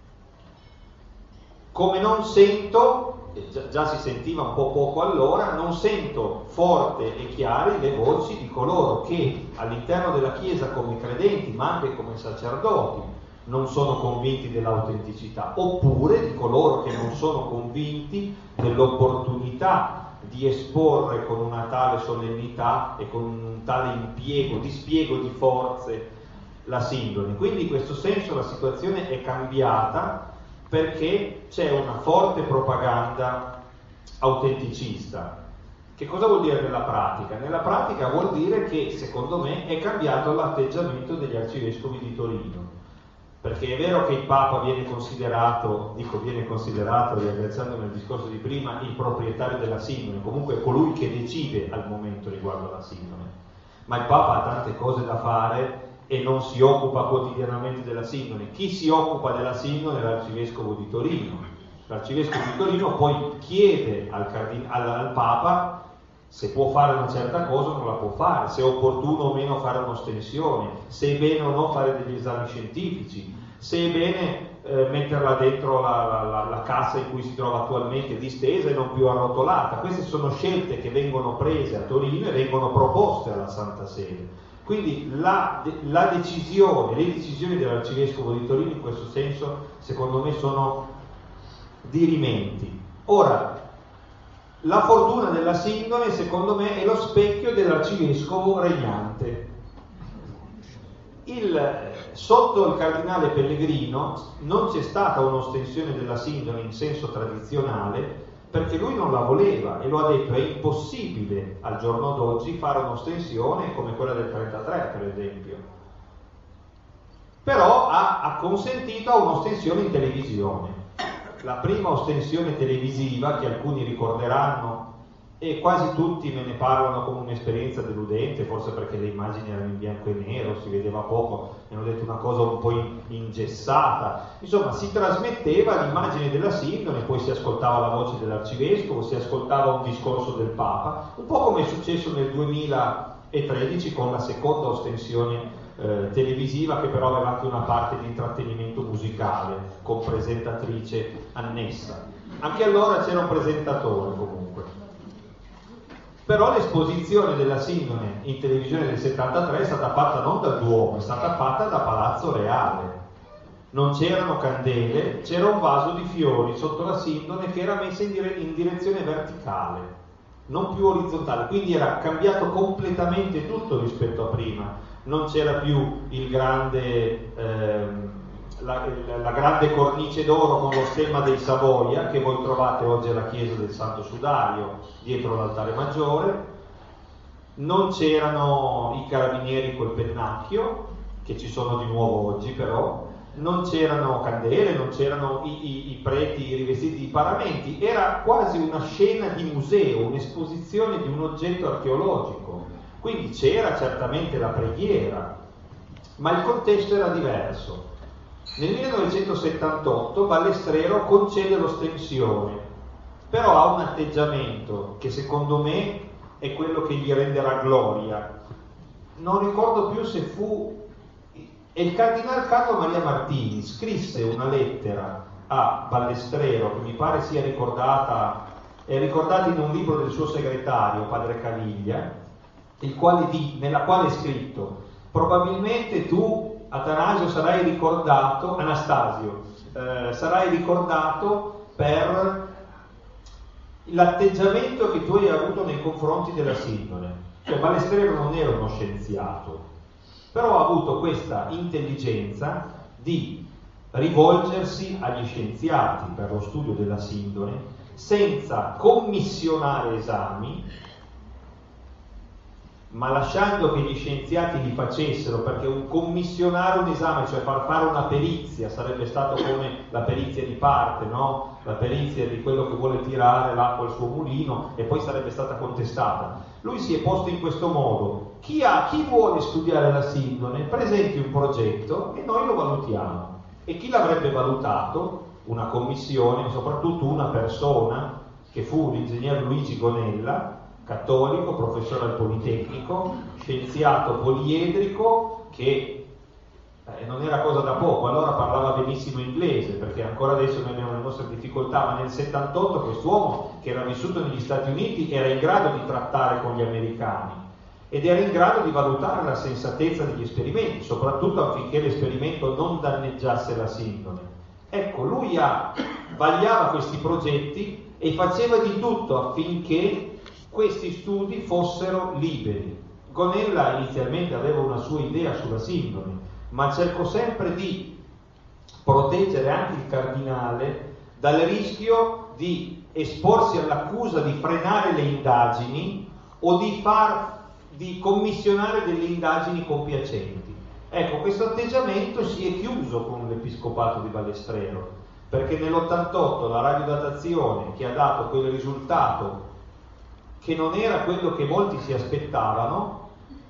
Come non sento, già si sentiva un po' poco allora, non sento forte e chiare le voci di coloro che all'interno della Chiesa come credenti, ma anche come sacerdoti, non sono convinti dell'autenticità, oppure di coloro che non sono convinti dell'opportunità di esporre con una tale solennità e con un tale dispiego di forze la sindone. Quindi in questo senso la situazione è cambiata, perché c'è una forte propaganda autenticista. Che cosa vuol dire nella pratica? Nella pratica vuol dire che, secondo me, è cambiato l'atteggiamento degli arcivescovi di Torino. Perché è vero che il Papa viene considerato, riagganciandomi al discorso di prima, il proprietario della sindone, comunque colui che decide al momento riguardo alla sindone. Ma il Papa ha tante cose da fare e non si occupa quotidianamente della sindone. Chi si occupa della sindone è l'Arcivescovo di Torino. L'Arcivescovo di Torino poi chiede al Papa se può fare una certa cosa o non la può fare, se è opportuno o meno fare un'ostensione, se è bene o no fare degli esami scientifici, se è bene metterla dentro la cassa in cui si trova attualmente distesa e non più arrotolata. Queste sono scelte che vengono prese a Torino e vengono proposte alla Santa Sede. Quindi le decisioni dell'Arcivescovo di Torino in questo senso, secondo me, sono dirimenti. Ora, la fortuna della sindone, secondo me, è lo specchio dell'Arcivescovo regnante. Sotto il cardinale Pellegrino non c'è stata un'ostensione della sindone in senso tradizionale, perché lui non la voleva e lo ha detto: è impossibile al giorno d'oggi fare un'ostensione come quella del 33, per esempio. Però ha consentito a un'ostensione in televisione. La prima ostensione televisiva, che alcuni ricorderanno, e quasi tutti me ne parlano come un'esperienza deludente, forse perché le immagini erano in bianco e nero, si vedeva poco, mi hanno detto una cosa un po' ingessata. Insomma, si trasmetteva l'immagine della sindone, poi si ascoltava la voce dell'arcivescovo, si ascoltava un discorso del Papa, un po' come è successo nel 2013 con la seconda ostensione televisiva, che però aveva anche una parte di intrattenimento musicale con presentatrice annessa. Anche allora c'era un presentatore comunque. Però l'esposizione della sindone in televisione del 73 è stata fatta non dal Duomo, è stata fatta da Palazzo Reale. Non c'erano candele, c'era un vaso di fiori sotto la sindone che era messa in direzione verticale, non più orizzontale, quindi era cambiato completamente tutto rispetto a prima. Non c'era più il grande, la grande cornice d'oro con lo stemma dei Savoia che voi trovate oggi alla chiesa del Santo Sudario dietro l'altare maggiore, non c'erano i carabinieri col pennacchio, che ci sono di nuovo oggi però, non c'erano candele, non c'erano i preti rivestiti di paramenti, era quasi una scena di museo, un'esposizione di un oggetto archeologico. Quindi c'era certamente la preghiera, ma il contesto era diverso. Nel 1978 Ballestrero concede l'ostensione, però ha un atteggiamento che secondo me è quello che gli renderà gloria. Non ricordo più se fu... E il cardinale Carlo Maria Martini scrisse una lettera a Ballestrero, che mi pare sia ricordata in un libro del suo segretario, padre Caviglia, nella quale è scritto: probabilmente tu, Atanasio, sarai ricordato per l'atteggiamento che tu hai avuto nei confronti della sindone. Cioè Ballestrero non era uno scienziato, però ha avuto questa intelligenza di rivolgersi agli scienziati per lo studio della sindone senza commissionare esami, ma lasciando che gli scienziati li facessero, perché commissionare un esame, cioè far fare una perizia, sarebbe stato come la perizia di parte, no? La perizia di quello che vuole tirare l'acqua al suo mulino, e poi sarebbe stata contestata. Lui si è posto in questo modo: chi vuole studiare la sindone presenti un progetto e noi lo valutiamo. E chi l'avrebbe valutato? Una commissione, soprattutto una persona, che fu l'ingegner Luigi Gonella, cattolico, professore al Politecnico, scienziato poliedrico, che non era cosa da poco. Allora parlava benissimo inglese, perché ancora adesso noi abbiamo le nostre difficoltà, ma nel 78 quest'uomo, che era vissuto negli Stati Uniti, era in grado di trattare con gli americani ed era in grado di valutare la sensatezza degli esperimenti, soprattutto affinché l'esperimento non danneggiasse la sindone. Ecco, lui vagliava questi progetti e faceva di tutto affinché questi studi fossero liberi. Gonella inizialmente aveva una sua idea sulla sindone, ma cercò sempre di proteggere anche il cardinale dal rischio di esporsi all'accusa di frenare le indagini o di commissionare delle indagini compiacenti. Ecco, questo atteggiamento si è chiuso con l'Episcopato di Balestrero, perché nell'88 la radiodatazione, che ha dato quel risultato che non era quello che molti si aspettavano,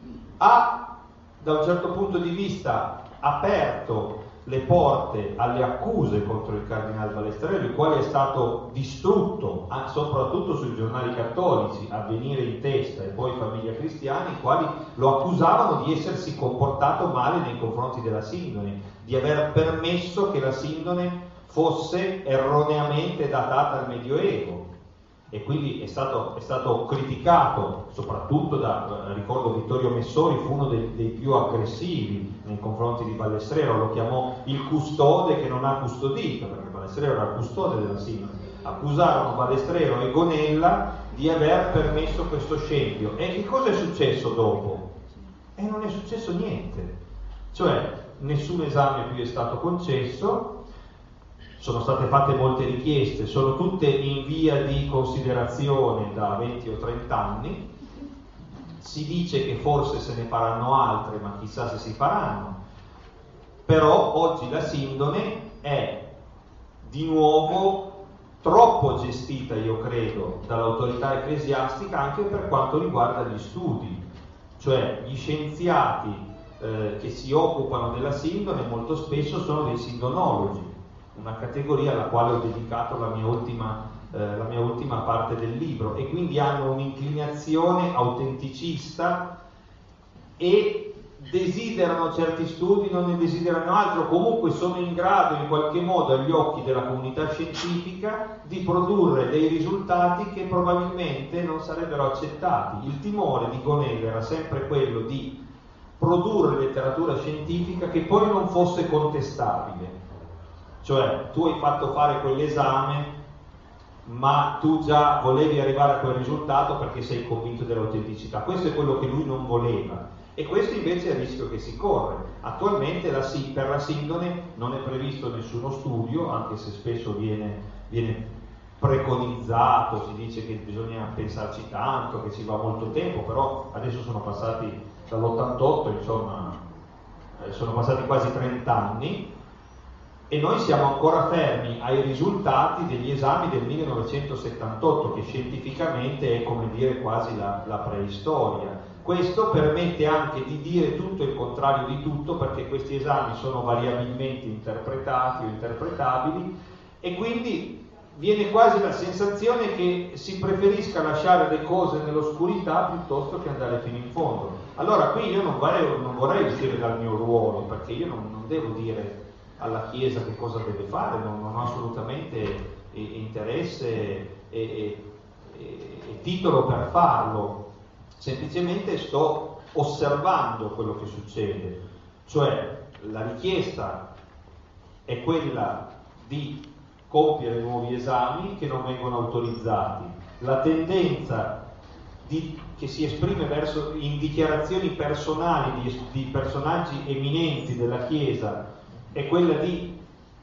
ha da un certo punto di vista aperto le porte alle accuse contro il cardinale Balestrero, il quale è stato distrutto soprattutto sui giornali cattolici, Avvenire in testa e poi Famiglia Cristiana, i quali lo accusavano di essersi comportato male nei confronti della sindone, di aver permesso che la sindone fosse erroneamente datata al Medioevo. E quindi è stato criticato, soprattutto ricordo Vittorio Messori fu uno dei più aggressivi nei confronti di Balestrero, lo chiamò il custode che non ha custodito, perché Balestrero era il custode della sindone. Accusarono Balestrero e Gonella di aver permesso questo scempio. E che cosa è successo dopo? Non è successo niente, cioè nessun esame più è stato concesso. Sono state fatte molte richieste, sono tutte in via di considerazione da 20 o 30 anni, si dice che forse se ne faranno altre, ma chissà se si faranno. Però oggi la sindone è di nuovo troppo gestita, io credo, dall'autorità ecclesiastica anche per quanto riguarda gli studi, cioè gli scienziati che si occupano della sindone molto spesso sono dei sindonologi, una categoria alla quale ho dedicato la mia ultima parte del libro, e quindi hanno un'inclinazione autenticista e desiderano certi studi, non ne desiderano altro, comunque sono in grado in qualche modo agli occhi della comunità scientifica di produrre dei risultati che probabilmente non sarebbero accettati. Il timore di Gonella era sempre quello di produrre letteratura scientifica che poi non fosse contestabile. Cioè, tu hai fatto fare quell'esame, ma tu già volevi arrivare a quel risultato perché sei convinto dell'autenticità. Questo è quello che lui non voleva. E questo invece è il rischio che si corre. Attualmente per la sindone non è previsto nessuno studio, anche se spesso viene preconizzato, si dice che bisogna pensarci tanto, che ci va molto tempo, però adesso sono passati dall'88, insomma, sono passati quasi 30 anni, e noi siamo ancora fermi ai risultati degli esami del 1978, che scientificamente è, come dire, quasi la preistoria. Questo permette anche di dire tutto e il contrario di tutto, perché questi esami sono variabilmente interpretati o interpretabili, e quindi viene quasi la sensazione che si preferisca lasciare le cose nell'oscurità piuttosto che andare fino in fondo. Allora qui io non vorrei uscire dal mio ruolo, perché io non devo dire alla Chiesa che cosa deve fare, non ho assolutamente interesse e titolo per farlo, semplicemente sto osservando quello che succede, cioè la richiesta è quella di compiere nuovi esami che non vengono autorizzati, la tendenza che si esprime in dichiarazioni personali di personaggi eminenti della Chiesa è quella di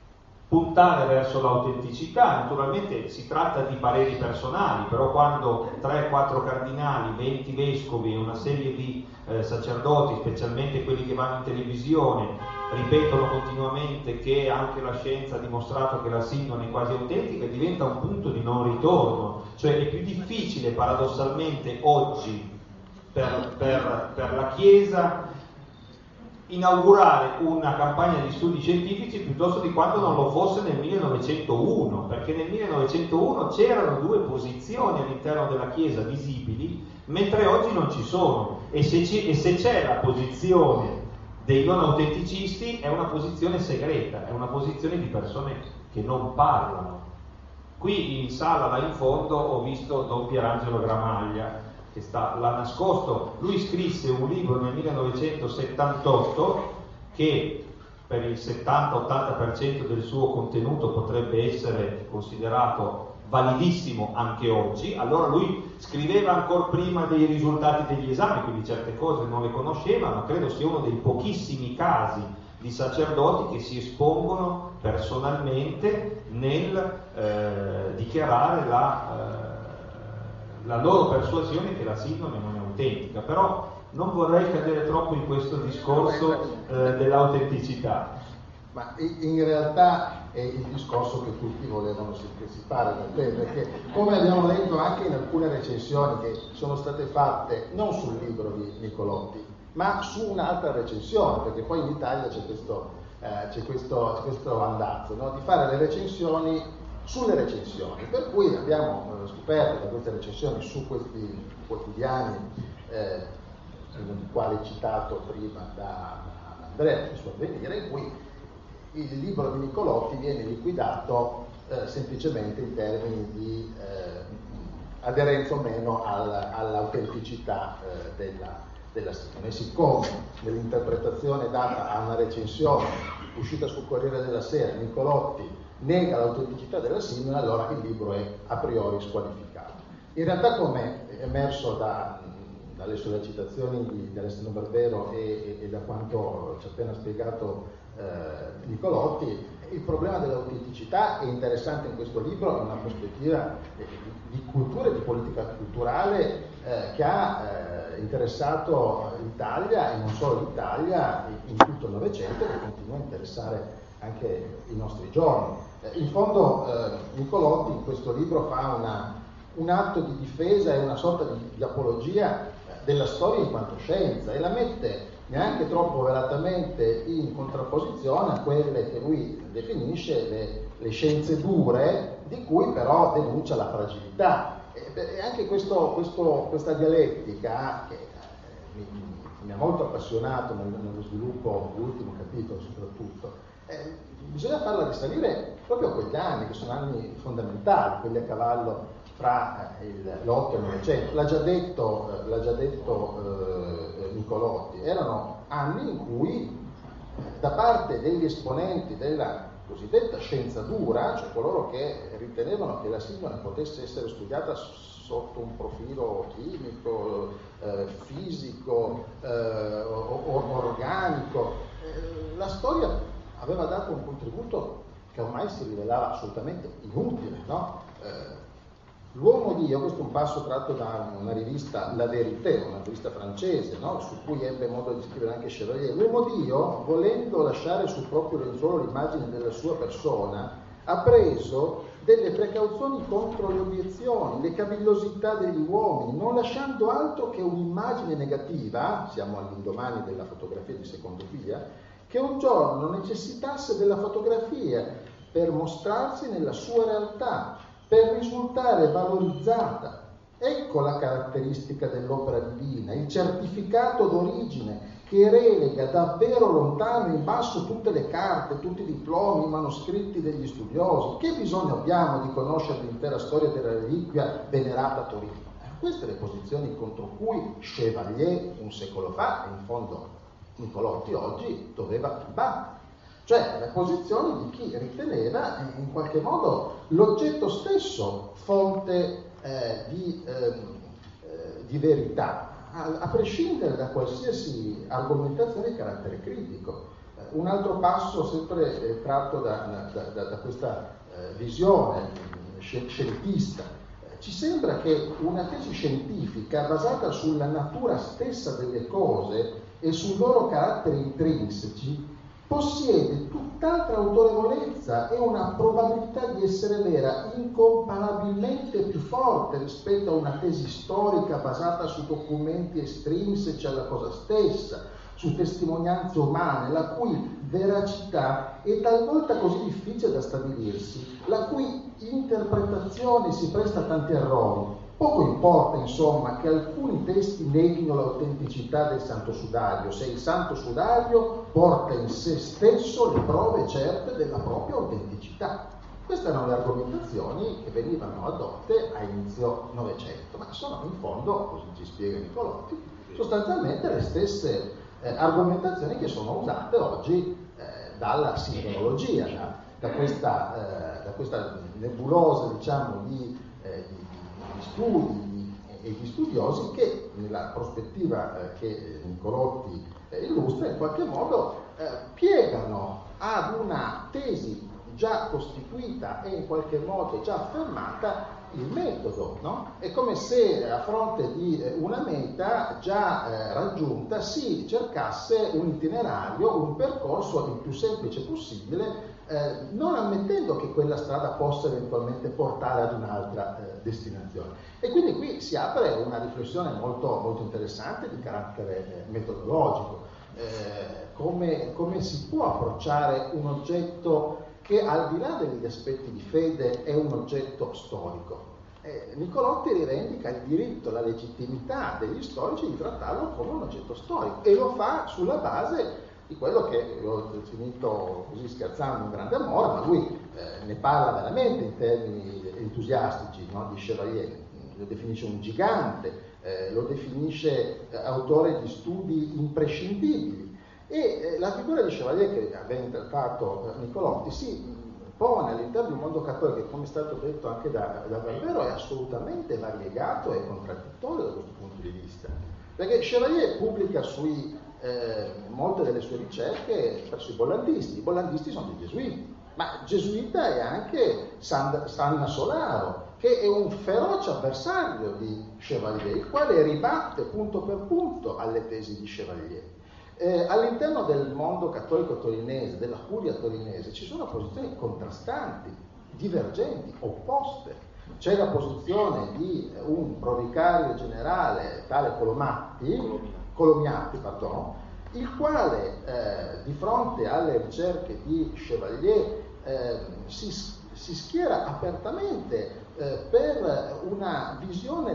puntare verso l'autenticità. Naturalmente si tratta di pareri personali, però quando 3-4 cardinali, 20 vescovi e una serie di sacerdoti, specialmente quelli che vanno in televisione, ripetono continuamente che anche la scienza ha dimostrato che la sindone è quasi autentica, diventa un punto di non ritorno. Cioè è più difficile paradossalmente oggi per la Chiesa inaugurare una campagna di studi scientifici piuttosto di quando non lo fosse nel 1901, perché nel 1901 c'erano due posizioni all'interno della Chiesa visibili, mentre oggi non ci sono, e se c'è la posizione dei non autenticisti è una posizione segreta, è una posizione di persone che non parlano. Qui in sala, là in fondo, ho visto Don Pierangelo Gramaglia, che l'ha nascosto. Lui scrisse un libro nel 1978 che per il 70-80% del suo contenuto potrebbe essere considerato validissimo anche oggi. Allora lui scriveva ancora prima dei risultati degli esami, quindi certe cose non le conosceva, ma credo sia uno dei pochissimi casi di sacerdoti che si espongono personalmente nel dichiarare la loro persuasione che la sindone non è autentica. Però non vorrei cadere troppo in questo discorso dell'autenticità. Ma in realtà è il discorso che tutti volevano che si fare da te, perché come abbiamo letto anche in alcune recensioni che sono state fatte non sul libro di Nicolotti, ma su un'altra recensione, perché poi in Italia c'è questo andazzo, no? Di fare le recensioni sulle recensioni, per cui abbiamo scoperto da queste recensioni su questi quotidiani, il quale citato prima da Andrea nel suo avvenire, in cui il libro di Nicolotti viene liquidato semplicemente in termini di aderenza o meno all'autenticità della sindone. E siccome nell'interpretazione data a una recensione uscita sul Corriere della Sera Nicolotti nega l'autenticità della sindone, allora il libro è a priori squalificato. In realtà, come è emerso dalle sollecitazioni di Alessandro Barbero e da quanto ci ha appena spiegato Nicolotti, il problema dell'autenticità è interessante in questo libro in una prospettiva di cultura e di politica culturale che ha interessato l'Italia, e non solo l'Italia, in tutto il Novecento, e che continua a interessare anche i nostri giorni. In fondo Nicolotti in questo libro fa un atto di difesa e una sorta di apologia della storia in quanto scienza, e la mette neanche troppo velatamente in contrapposizione a quelle che lui definisce le scienze dure, di cui però denuncia la fragilità. E anche questa dialettica che mi ha molto appassionato nello sviluppo dell'ultimo capitolo soprattutto, bisogna farla risalire proprio a quegli anni, che sono anni fondamentali, quelli a cavallo fra l'8 e il 900. L'ha già detto Nicolotti, erano anni in cui da parte degli esponenti della cosiddetta scienza dura, cioè coloro che ritenevano che la sindone potesse essere studiata sotto un profilo chimico, fisico, organico, la storia aveva dato un contributo che ormai si rivelava assolutamente inutile, no? L'uomo Dio, questo è un passo tratto da una rivista, La Vérité, una rivista francese, no? Su cui ebbe modo di scrivere anche Chevalier. L'uomo Dio, volendo lasciare sul proprio lenzuolo l'immagine della sua persona, ha preso delle precauzioni contro le obiezioni, le cavillosità degli uomini, non lasciando altro che un'immagine negativa, siamo all'indomani della fotografia di secondo via, che un giorno necessitasse della fotografia per mostrarsi nella sua realtà, per risultare valorizzata. Ecco la caratteristica dell'opera divina, il certificato d'origine che relega davvero lontano in basso tutte le carte, tutti i diplomi, i manoscritti degli studiosi. Che bisogno abbiamo di conoscere l'intera storia della reliquia venerata a Torino? Queste le posizioni contro cui Chevalier un secolo fa, e in fondo Nicolotti oggi, doveva battere. Cioè le posizioni di chi riteneva in qualche modo l'oggetto stesso fonte di verità, a prescindere da qualsiasi argomentazione di carattere critico. Un altro passo sempre tratto da questa visione scientista. Ci sembra che una tesi scientifica basata sulla natura stessa delle cose e sui loro caratteri intrinseci possiede tutt'altra autorevolezza e una probabilità di essere vera incomparabilmente più forte rispetto a una tesi storica basata su documenti estrinseci alla cosa stessa, su testimonianze umane, la cui veracità è talvolta così difficile da stabilirsi, la cui interpretazione si presta a tanti errori. Poco importa, insomma, che alcuni testi neghino l'autenticità del Santo Sudario, se il Santo Sudario porta in sé stesso le prove certe della propria autenticità. Queste erano le argomentazioni che venivano adotte a inizio Novecento, ma sono in fondo, così ci spiega Nicolotti, sostanzialmente le stesse argomentazioni che sono usate oggi dalla sintonologia, da questa nebulosa, diciamo, di studi e di studiosi che, nella prospettiva che Nicolotti illustra, in qualche modo piegano ad una tesi già costituita e in qualche modo già affermata il metodo, no? È come se a fronte di una meta già raggiunta si cercasse un itinerario, un percorso il più semplice possibile, non ammettendo che quella strada possa eventualmente portare ad un'altra destinazione. E quindi qui si apre una riflessione molto, molto interessante di carattere metodologico. Come si può approcciare un oggetto che, al di là degli aspetti di fede, è un oggetto storico? Nicolotti rivendica il diritto, la legittimità degli storici di trattarlo come un oggetto storico, e lo fa sulla base di quello che ho definito, così scherzando, un grande amore, ma lui ne parla veramente in termini entusiastici, no? Di Chevalier, lo definisce un gigante, lo definisce autore di studi imprescindibili. E la figura di Chevalier, che ha ben trattato Nicolotti, si pone all'interno di un mondo cattolico che, come è stato detto anche da Barbero, è assolutamente variegato e contraddittorio da questo punto di vista. Perché Chevalier pubblica molte delle sue ricerche presso i bollandisti. I bollandisti sono dei gesuiti, ma gesuita è anche Sanna Solaro, che è un feroce avversario di Chevalier, il quale ribatte punto per punto alle tesi di Chevalier. All'interno del mondo cattolico torinese, della curia torinese, ci sono posizioni contrastanti, divergenti, opposte. C'è la posizione di un provicario generale, tale Colomiati, il quale di fronte alle ricerche di Chevalier si schiera apertamente per una visione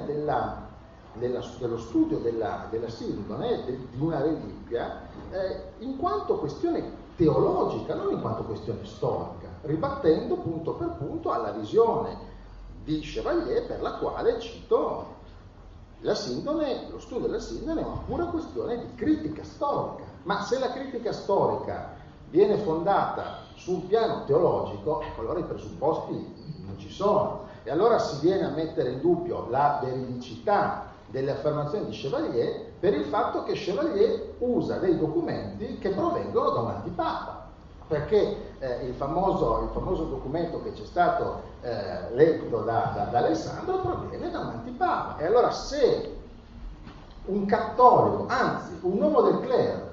dello studio della sindone, di una reliquia, in quanto questione teologica, non in quanto questione storica, ribattendo punto per punto alla visione di Chevalier, per la quale, cito, la sindone, lo studio della sindone è una pura questione di critica storica. Ma se la critica storica viene fondata su un piano teologico, allora i presupposti non ci sono. E allora si viene a mettere in dubbio la veridicità delle affermazioni di Chevalier per il fatto che Chevalier usa dei documenti che provengono da un antipapa. Perché il famoso documento che ci è stato letto da Alessandro proviene da un antipapa. E allora, se un cattolico, anzi un uomo del clero,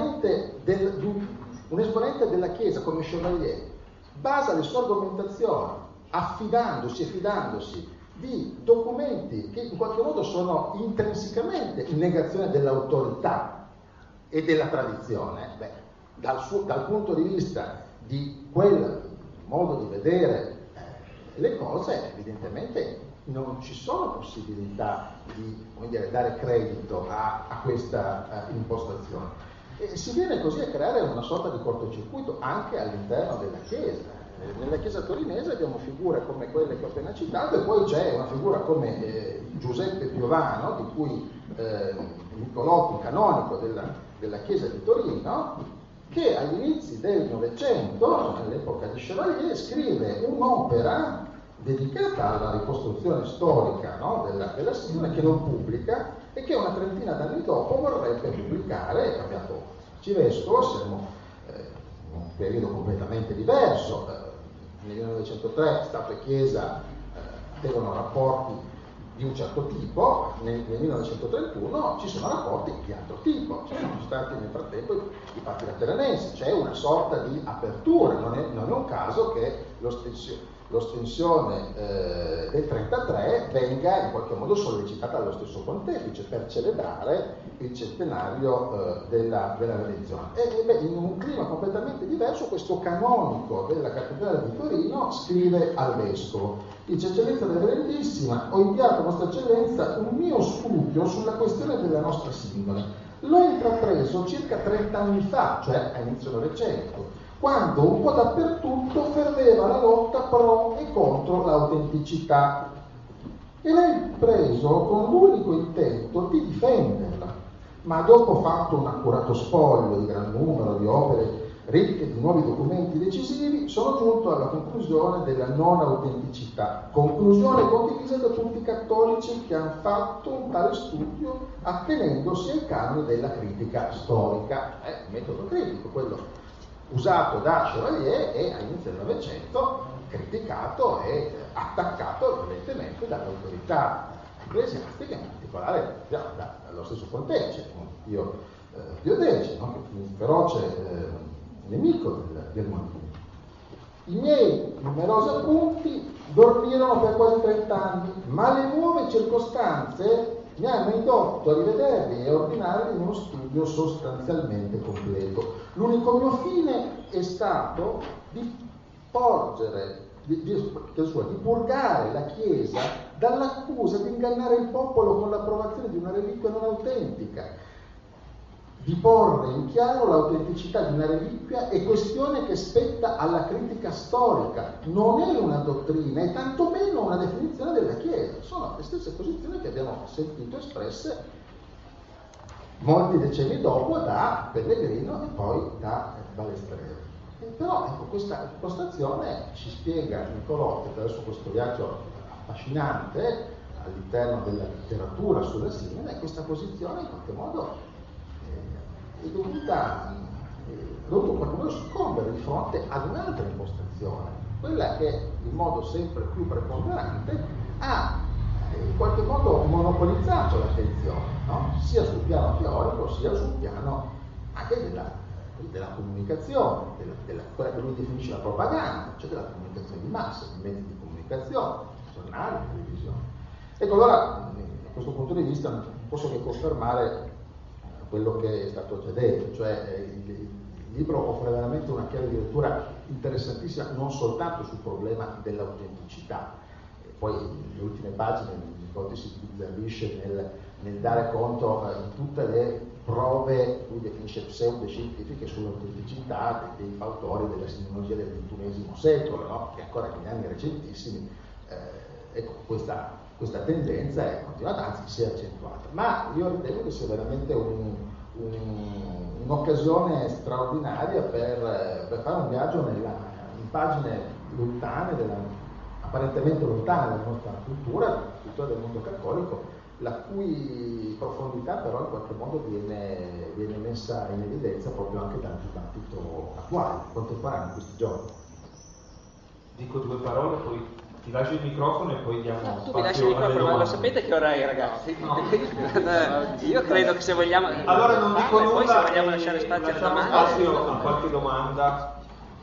un esponente della Chiesa come Chevalier, basa le sue argomentazioni affidandosi e fidandosi di documenti che in qualche modo sono intrinsecamente in negazione dell'autorità e della tradizione, dal punto di vista di quel modo di vedere le cose, evidentemente non ci sono possibilità di, dare credito a questa impostazione. E si viene così a creare una sorta di cortocircuito anche all'interno della Chiesa. Nella Chiesa torinese abbiamo figure come quelle che ho appena citato, e poi c'è una figura come Giuseppe Piovano, di cui Nicolotti, canonico della Chiesa di Torino, che agli inizi del Novecento, nell'epoca di Chevalier, scrive un'opera dedicata alla ricostruzione storica, no, della sindone, che non pubblica e che una trentina d'anni dopo vorrebbe pubblicare. È cambiato arcivescovo, siamo in un periodo completamente diverso. Nel 1903 Stato e Chiesa avevano rapporti di un certo tipo, nel 1931 ci sono rapporti di altro tipo, ci sono stati nel frattempo i patti lateranensi, c'è una sorta di apertura, non è un caso che l'ostensione del 33 venga in qualche modo sollecitata dallo stesso pontefice per celebrare il centenario della redenzione. E in un clima completamente diverso questo canonico della cattedrale di Torino scrive al vescovo: dice: Eccellenza Reverendissima, ho inviato a Vostra Eccellenza un mio studio sulla questione della nostra sindone. L'ho intrapreso circa 30 anni fa, cioè a inizio Novecento, quando un po' dappertutto ferveva la lotta pro e contro l'autenticità. E l'hai preso con l'unico intento di difenderla. Ma dopo fatto un accurato spoglio di gran numero di opere ricche di nuovi documenti decisivi, sono giunto alla conclusione della non autenticità, conclusione condivisa da tutti i cattolici che hanno fatto un tale studio attenendosi ai canoni della critica storica. È un metodo critico, quello usato da Chevalier e all'inizio del Novecento criticato e attaccato violentemente dalle autorità ecclesiastiche, in particolare dallo stesso pontefice, Pio X, no? Che fu un feroce nemico del movimento. I miei numerosi appunti dormirono per quasi 30 anni, ma le nuove circostanze mi hanno indotto a rivederli e ordinarli in uno studio sostanzialmente completo. L'unico mio fine è stato di purgare la Chiesa dall'accusa di ingannare il popolo con l'approvazione di una reliquia non autentica. Di porre in chiaro l'autenticità di una reliquia è questione che spetta alla critica storica, non è una dottrina e tantomeno una definizione della Chiesa. Sono le stesse posizioni che abbiamo sentito espresse molti decenni dopo da Pellegrino e poi da Balestrero. Però ecco, questa impostazione ci spiega Niccolò attraverso questo viaggio affascinante all'interno della letteratura sulla simile, e questa posizione in qualche modo è dovuta in qualche modo soccombere di fronte ad un'altra impostazione, quella che in modo sempre più preponderante ha in qualche modo monopolizzato l'attenzione, no? Sia sul piano teorico sia sul piano anche della comunicazione, quella che lui definisce la propaganda, cioè della comunicazione di massa, di mezzi di comunicazione, giornali, televisione. Ecco, allora da questo punto di vista non posso che confermare quello che è stato già detto, cioè il libro offre veramente una chiave di lettura interessantissima non soltanto sul problema dell'autenticità, poi le ultime pagine Nicotti si bizzarrisce nel dare conto di tutte le prove, lui definisce pseudoscientifiche, sull'autenticità dei fautori della sinologia del XXI secolo, no? Che ancora negli anni recentissimi ecco, questa tendenza è continuata, anzi si è accentuata. Ma io ritengo che sia veramente un'occasione straordinaria per fare un viaggio in pagine lontane, apparentemente lontane della nostra cultura del mondo cattolico, la cui profondità però in qualche modo viene messa in evidenza proprio anche dal dibattito attuale, contemporaneo in questi giorni. Dico due parole, poi ti lascio il microfono e poi diamo spazio. Tu mi lasci il microfono, ma lo sapete che ora è, ragazzi? No. Io credo che se vogliamo... Allora non dico nulla, poi se vogliamo lasciare spazio alle domande... spazio a qualche domanda.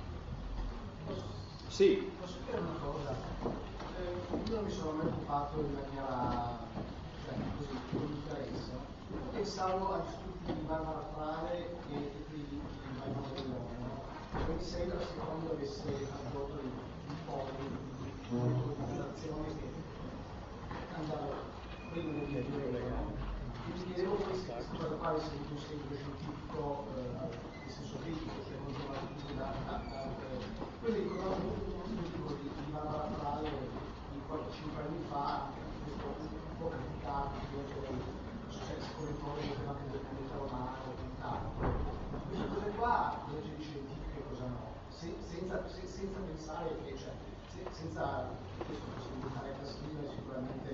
Sì. Posso dire una cosa? Io non mi sono mai occupato in maniera così, con interesse. Pensavo agli studi di Barbara Frale e di Mario Bellone. Mi sembra che secondo avesse avuto un po' di organizzazione che andava prima del viaggio. Mi chiedevo questa cosa qua essere un seguito scientifico in senso critico, cioè controllato quindi ricordavo molto di Barbara Frale di 4-5 anni fa, un po' criticato, i successi con le cose anche del pianeta romano e quant'altro. Queste cose qua, leggi scientifiche cosa no? Senza pensare che, cioè, senza questo diventare passivo è sicuramente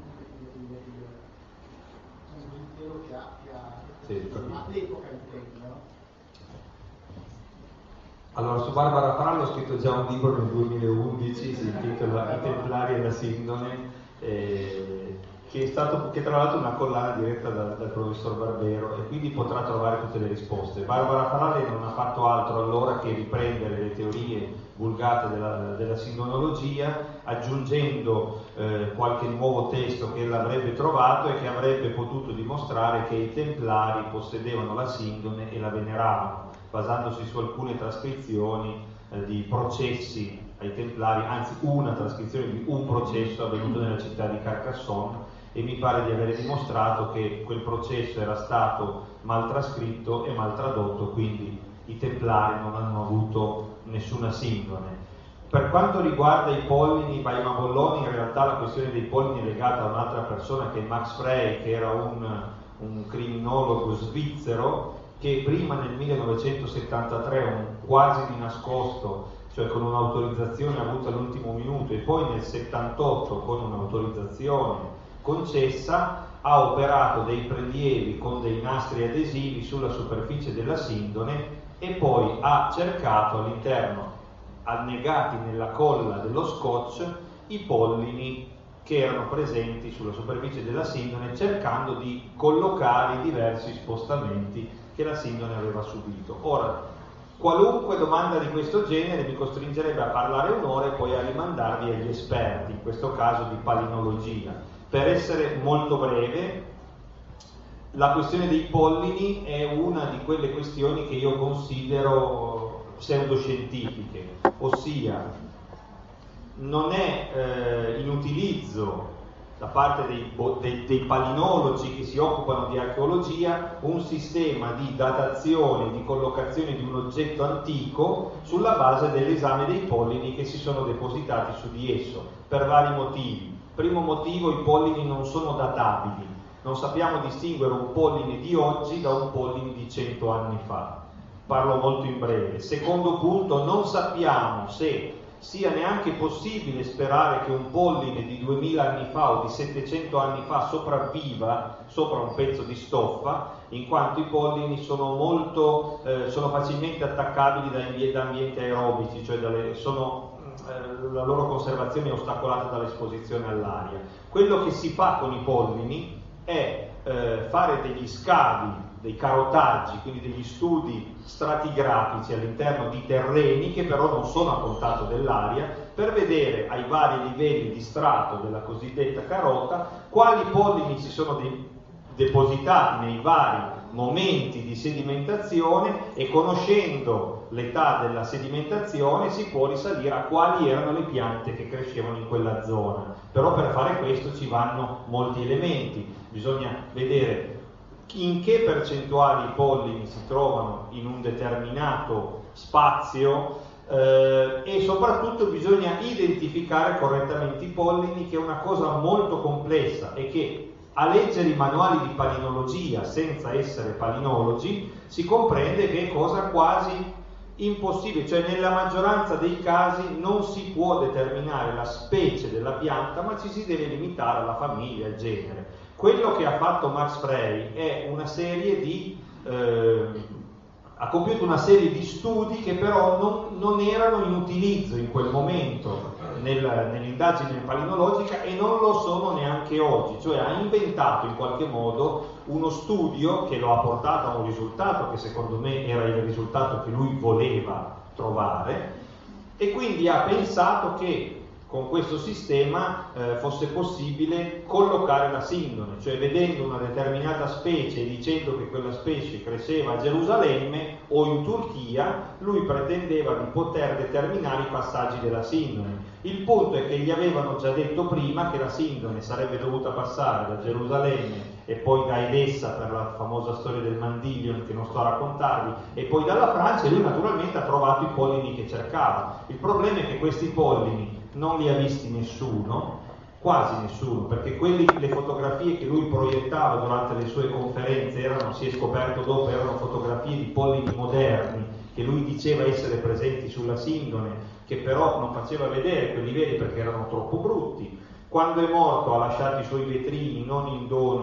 un pensiero che ha all'epoca intendo, no? Allora, su Barbara Frallo ho scritto già un libro nel 2011, si intitola I Templari e la Sindone, che tra l'altro è una collana diretta dal professor Barbero, e quindi potrà trovare tutte le risposte. Barbara Frallo non ha fatto altro allora che riprendere le teorie vulgate della sindonologia, aggiungendo qualche nuovo testo che ella avrebbe trovato e che avrebbe potuto dimostrare che i Templari possedevano la sindone e la veneravano, basandosi su alcune trascrizioni di processi ai Templari, anzi una trascrizione di un processo avvenuto nella città di Carcassonne, e mi pare di aver dimostrato che quel processo era stato mal trascritto e mal tradotto, quindi i Templari non hanno avuto nessuna sindone. Per quanto riguarda i pollini, Baima Bolloni, in realtà la questione dei pollini è legata a un'altra persona, che è Max Frey, che era un criminologo svizzero, che prima nel 1973, quasi di nascosto, cioè con un'autorizzazione avuta all'ultimo minuto, e poi nel 78 con un'autorizzazione concessa, ha operato dei prelievi con dei nastri adesivi sulla superficie della sindone e poi ha cercato all'interno, annegati nella colla dello scotch, i pollini che erano presenti sulla superficie della sindone, cercando di collocare i diversi spostamenti che la sindone aveva subito. Ora, qualunque domanda di questo genere mi costringerebbe a parlare un'ora e poi a rimandarvi agli esperti, in questo caso di palinologia. Per essere molto breve, la questione dei pollini è una di quelle questioni che io considero pseudoscientifiche, ossia non è in utilizzo da parte dei palinologi che si occupano di archeologia un sistema di datazione, di collocazione di un oggetto antico sulla base dell'esame dei pollini che si sono depositati su di esso, per vari motivi. Primo motivo, i pollini non sono databili, non sappiamo distinguere un polline di oggi da un polline di 100 anni fa, parlo molto in breve. Secondo punto, non sappiamo se sia neanche possibile sperare che un polline di 2000 anni fa o di 700 anni fa sopravviva sopra un pezzo di stoffa, in quanto i pollini sono facilmente attaccabili da ambienti aerobici, cioè la loro conservazione è ostacolata dall'esposizione all'aria. Quello che si fa con i pollini è fare degli scavi, dei carotaggi, quindi degli studi stratigrafici all'interno di terreni che però non sono a contatto dell'aria, per vedere ai vari livelli di strato della cosiddetta carota quali pollini si sono depositati nei vari momenti di sedimentazione, e conoscendo l'età della sedimentazione si può risalire a quali erano le piante che crescevano in quella zona. Però per fare questo ci vanno molti elementi, bisogna vedere in che percentuali i pollini si trovano in un determinato spazio, e soprattutto bisogna identificare correttamente i pollini, che è una cosa molto complessa e che a leggere i manuali di palinologia senza essere palinologi si comprende che è cosa quasi impossibile, cioè nella maggioranza dei casi non si può determinare la specie della pianta, ma ci si deve limitare alla famiglia, al genere. Quello che ha fatto Max Frey è una serie di ha compiuto una serie di studi che però non erano in utilizzo in quel momento nell'indagine palinologica, e non lo sono neanche oggi, cioè ha inventato in qualche modo uno studio che lo ha portato a un risultato che secondo me era il risultato che lui voleva trovare, e quindi ha pensato che con questo sistema fosse possibile collocare la sindone, cioè vedendo una determinata specie e dicendo che quella specie cresceva a Gerusalemme o in Turchia, lui pretendeva di poter determinare i passaggi della sindone. Il punto è che gli avevano già detto prima che la sindone sarebbe dovuta passare da Gerusalemme e poi da Edessa, per la famosa storia del Mandiglion che non sto a raccontarvi, e poi dalla Francia, e lui naturalmente ha trovato i pollini che cercava. Il problema è che questi pollini non li ha visti nessuno, quasi nessuno, perché le fotografie che lui proiettava durante le sue conferenze si è scoperto dopo, erano fotografie di pollini moderni che lui diceva essere presenti sulla sindone, che però non faceva vedere quelli veri perché erano troppo brutti. Quando è morto ha lasciato i suoi vetrini non in dono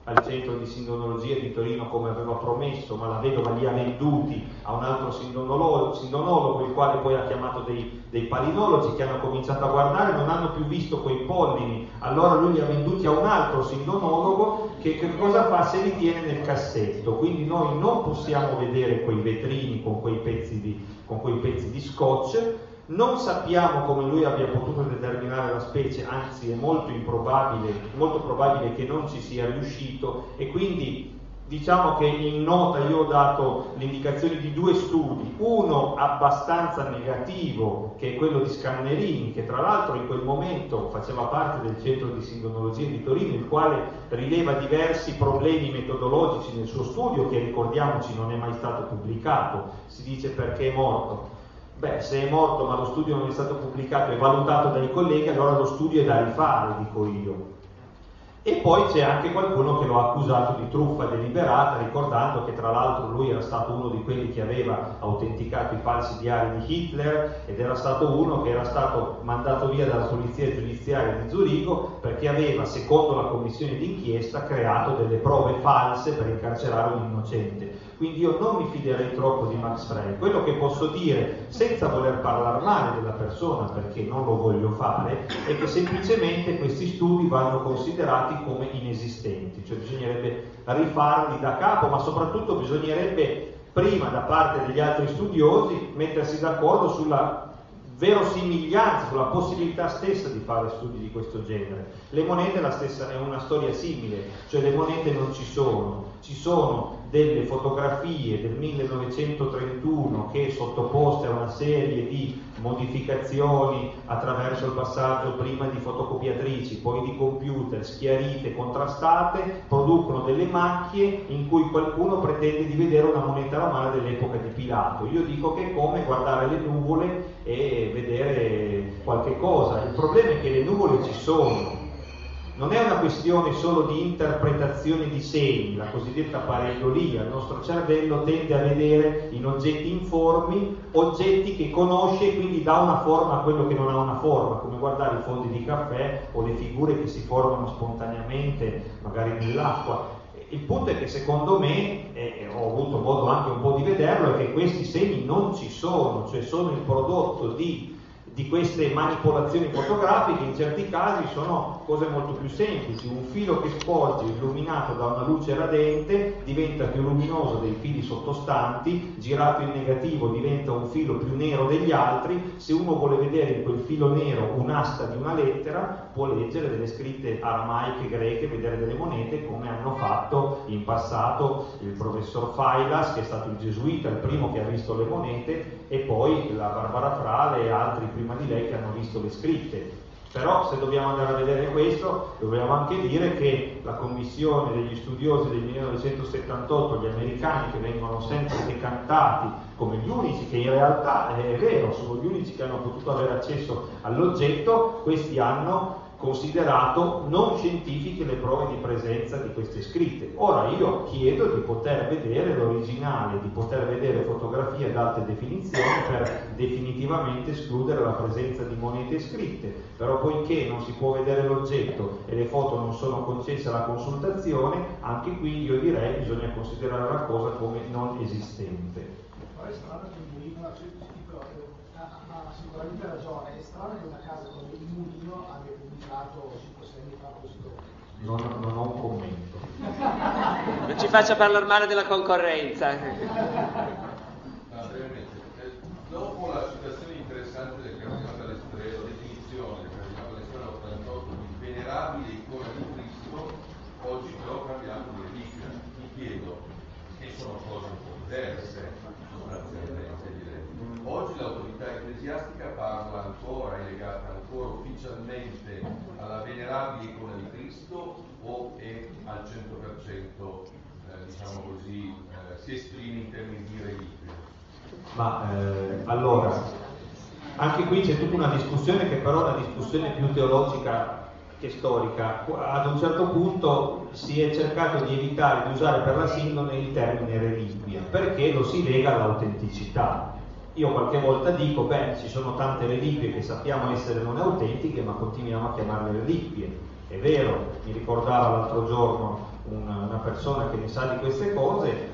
al centro di sindonologia di Torino come aveva promesso, ma la vedova li ha venduti a un altro sindonologo, il quale poi ha chiamato dei palinologi che hanno cominciato a guardare, non hanno più visto quei pollini, allora lui li ha venduti a un altro sindonologo che cosa fa? Se li tiene nel cassetto. Quindi noi non possiamo vedere quei vetrini con quei pezzi di scotch. Non sappiamo come lui abbia potuto determinare la specie, anzi è molto probabile che non ci sia riuscito, e quindi diciamo che in nota io ho dato l'indicazione di 2 studi, uno abbastanza negativo che è quello di Scannerini, che tra l'altro in quel momento faceva parte del centro di sindonologia di Torino, il quale rileva diversi problemi metodologici nel suo studio, che ricordiamoci non è mai stato pubblicato. Si dice perché è morto. Beh, se è morto ma lo studio non è stato pubblicato e valutato dai colleghi, allora lo studio è da rifare, dico io. E poi c'è anche qualcuno che lo ha accusato di truffa deliberata, ricordando che tra l'altro lui era stato uno di quelli che aveva autenticato i falsi diari di Hitler, ed era stato uno che era stato mandato via dalla polizia giudiziaria di Zurigo perché aveva, secondo la commissione d'inchiesta, creato delle prove false per incarcerare un innocente. Quindi io non mi fiderei troppo di Max Frey. Quello che posso dire, senza voler parlare male della persona, perché non lo voglio fare, è che semplicemente questi studi vanno considerati come inesistenti, cioè bisognerebbe rifarli da capo, ma soprattutto bisognerebbe prima, da parte degli altri studiosi, mettersi d'accordo sulla verosimiglianza, sulla possibilità stessa di fare studi di questo genere. Le monete la stessa, è una storia simile, cioè le monete non ci sono delle fotografie del 1931 che, sottoposte a una serie di modificazioni attraverso il passaggio prima di fotocopiatrici, poi di computer, schiarite, contrastate, producono delle macchie in cui qualcuno pretende di vedere una moneta romana dell'epoca di Pilato. Io dico che è come guardare le nuvole e vedere qualche cosa. Il problema è che le nuvole ci sono. Non è una questione solo di interpretazione di segni, la cosiddetta pareidolia. Il nostro cervello tende a vedere in oggetti informi oggetti che conosce e quindi dà una forma a quello che non ha una forma, come guardare i fondi di caffè o le figure che si formano spontaneamente, magari nell'acqua. Il punto è che secondo me, ho avuto modo anche un po' di vederlo, è che questi segni non ci sono, cioè sono il prodotto di queste manipolazioni fotografiche. In certi casi sono cose molto più semplici. Un filo che sporge illuminato da una luce radente diventa più luminoso dei fili sottostanti, girato in negativo diventa un filo più nero degli altri. Se uno vuole vedere in quel filo nero un'asta di una lettera, può leggere delle scritte aramaiche, greche, vedere delle monete, come hanno fatto in passato il professor Failas, che è stato il gesuita, il primo che ha visto le monete, e poi la Barbara Frale e altri prima di lei che hanno visto le scritte. Però se dobbiamo andare a vedere questo, dobbiamo anche dire che la commissione degli studiosi del 1978, gli americani, che vengono sempre decantati come gli unici, che in realtà è vero, sono gli unici che hanno potuto avere accesso all'oggetto, questi hanno considerato non scientifiche le prove di presenza di queste scritte. Ora io chiedo di poter vedere l'originale, di poter vedere fotografie ad alte definizioni per definitivamente escludere la presenza di monete scritte, però poiché non si può vedere l'oggetto e le foto non sono concesse alla consultazione, anche qui io direi che bisogna considerare la cosa come non esistente. Poi è strano che il mulino ha sicuramente ragione, è strano che una casa come il mulino abbia pubblicato 5-6 anni fa così. Non ho un commento. Non ci faccia parlare male della concorrenza. Dopo la citazione interessante del cardinale D'Alestreo, la definizione del cardinale D'Alestreo 88 di venerabile icona di Cristo, oggi però parliamo di reliquia. Mi chiedo, e sono cose un po' diverse, sostanzialmente direi. Oggi l'autorità ecclesiastica parla ancora, è legata ancora ufficialmente alla venerabile icona di Cristo, o è al 100%, diciamo così, si esprime in termini di reliquia? Ma allora, anche qui c'è tutta una discussione che però è una discussione più teologica che storica. Ad un certo punto si è cercato di evitare di usare per la sindone il termine reliquia, perché lo si lega all'autenticità. Io qualche volta dico, beh, ci sono tante reliquie che sappiamo essere non autentiche, ma continuiamo a chiamarle reliquie. È vero, mi ricordava l'altro giorno una persona che ne sa di queste cose,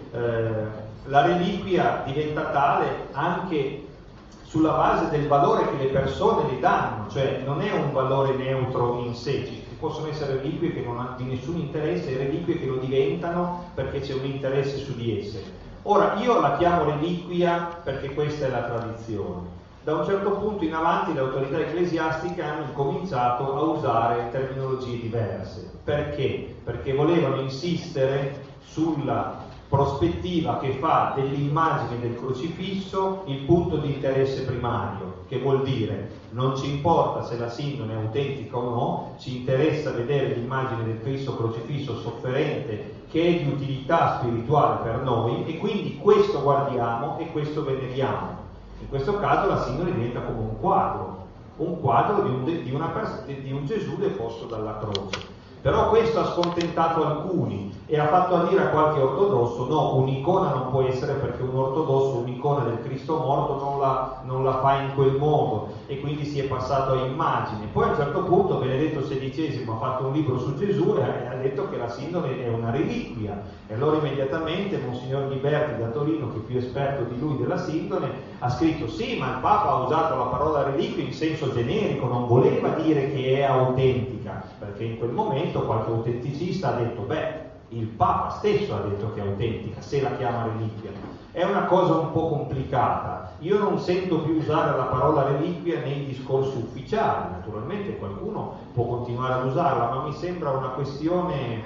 la reliquia diventa tale anche sulla base del valore che le persone gli danno, cioè non è un valore neutro in sé, ci possono essere reliquie che non hanno di nessun interesse e reliquie che lo diventano perché c'è un interesse su di esse. Ora, io la chiamo reliquia perché questa è la tradizione. Da un certo punto in avanti le autorità ecclesiastiche hanno incominciato a usare terminologie diverse. Perché? Perché volevano insistere sulla prospettiva che fa dell'immagine del crocifisso il punto di interesse primario, che vuol dire non ci importa se la sindone è autentica o no, ci interessa vedere l'immagine del Cristo crocifisso sofferente che è di utilità spirituale per noi e quindi questo guardiamo e questo veneriamo. In questo caso la sindone diventa come un quadro di un Gesù deposto dalla croce. Però questo ha scontentato alcuni e ha fatto a dire a qualche ortodosso: no, un'icona non può essere perché un ortodosso un'icona del Cristo morto non la fa in quel modo, e quindi si è passato a immagine. Poi a un certo punto Benedetto XVI ha fatto un libro su Gesù e ha detto che la sindone è una reliquia, e allora immediatamente Monsignor Ghiberti da Torino, che è più esperto di lui della sindone, ha scritto: sì, ma il Papa ha usato la parola reliquia in senso generico, non voleva dire che è autentica, perché in quel momento qualche autenticista ha detto: beh, il Papa stesso ha detto che è autentica, se la chiama reliquia. È una cosa un po' complicata. Io non sento più usare la parola reliquia nei discorsi ufficiali, naturalmente qualcuno può continuare ad usarla, ma mi sembra una questione,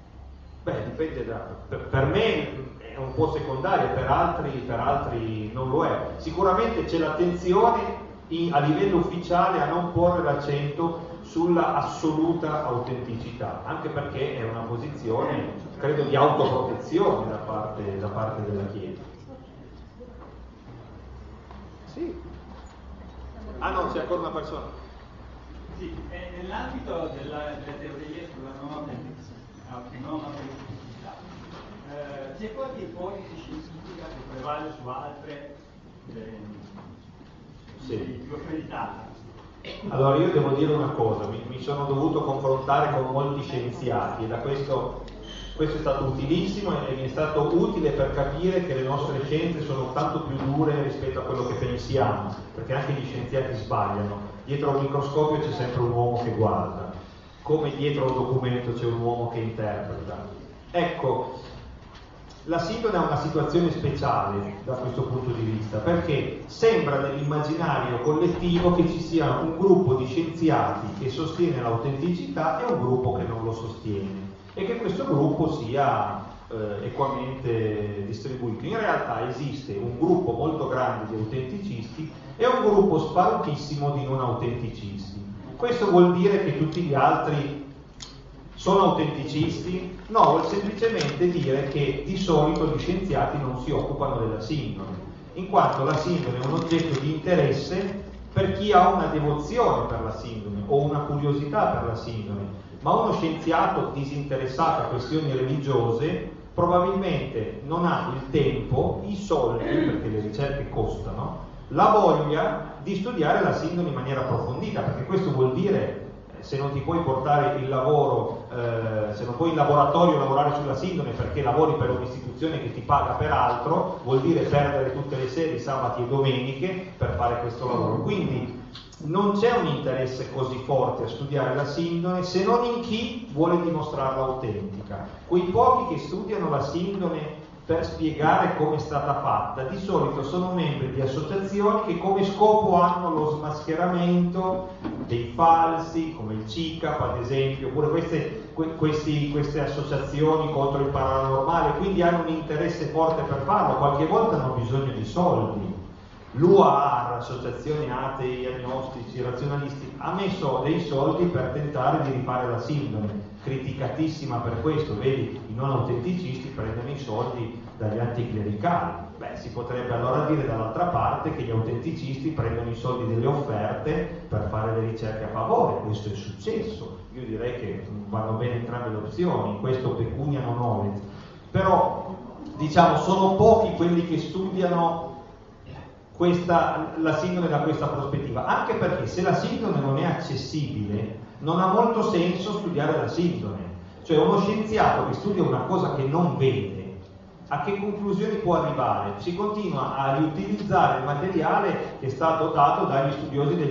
dipende per me è un po' secondaria, per altri non lo è. Sicuramente c'è l'attenzione a livello ufficiale a non porre l'accento sulla assoluta autenticità, anche perché è una posizione, credo, di autoprotezione da parte della Chiesa. Sì. Ah no, c'è ancora una persona. Sì, nell'ambito delle teorie sulla non autenticità, c'è qualche ipotesi scientifica che prevale su altre più accreditate? Allora io devo dire una cosa, mi sono dovuto confrontare con molti scienziati e da questo è stato utilissimo e mi è stato utile per capire che le nostre scienze sono tanto più dure rispetto a quello che pensiamo, perché anche gli scienziati sbagliano. Dietro un microscopio c'è sempre un uomo che guarda, come dietro un documento c'è un uomo che interpreta. Ecco, la sindone è una situazione speciale da questo punto di vista, perché sembra nell'immaginario collettivo che ci sia un gruppo di scienziati che sostiene l'autenticità e un gruppo che non lo sostiene, e che questo gruppo sia equamente distribuito. In realtà esiste un gruppo molto grande di autenticisti e un gruppo sparutissimo di non autenticisti. Questo vuol dire che tutti gli altri sono autenticisti? No, vuol semplicemente dire che di solito gli scienziati non si occupano della sindone, in quanto la sindone è un oggetto di interesse per chi ha una devozione per la sindone o una curiosità per la sindone, ma uno scienziato disinteressato a questioni religiose probabilmente non ha il tempo, i soldi, perché le ricerche costano, la voglia di studiare la sindone in maniera approfondita, perché questo vuol dire, se non ti puoi portare il lavoro, se non puoi in laboratorio lavorare sulla sindone perché lavori per un'istituzione che ti paga per altro, vuol dire perdere tutte le sere, sabati e domeniche per fare questo lavoro. Quindi non c'è un interesse così forte a studiare la sindone se non in chi vuole dimostrarla autentica. Quei pochi che studiano la sindone per spiegare come è stata fatta, di solito sono membri di associazioni che come scopo hanno lo smascheramento dei falsi, come il CICAP ad esempio, oppure queste associazioni contro il paranormale, quindi hanno un interesse forte per farlo, qualche volta hanno bisogno di soldi. L'UAR, Associazione Atei, Agnostici, Razionalisti, ha messo dei soldi per tentare di rifare la sindone, criticatissima per questo, vedi, i non autenticisti prendono i soldi dagli anticlericali. Si potrebbe allora dire dall'altra parte che gli autenticisti prendono i soldi delle offerte per fare le ricerche a favore, questo è successo. Io direi che vanno bene entrambe le opzioni, in questo pecunia non olet. Però, diciamo, sono pochi quelli che studiano la sindone da questa prospettiva, anche perché se la sindone non è accessibile, non ha molto senso studiare la sindone. Cioè uno scienziato che studia una cosa che non vede, a che conclusioni può arrivare? Si continua a riutilizzare il materiale che è stato dato dagli studiosi del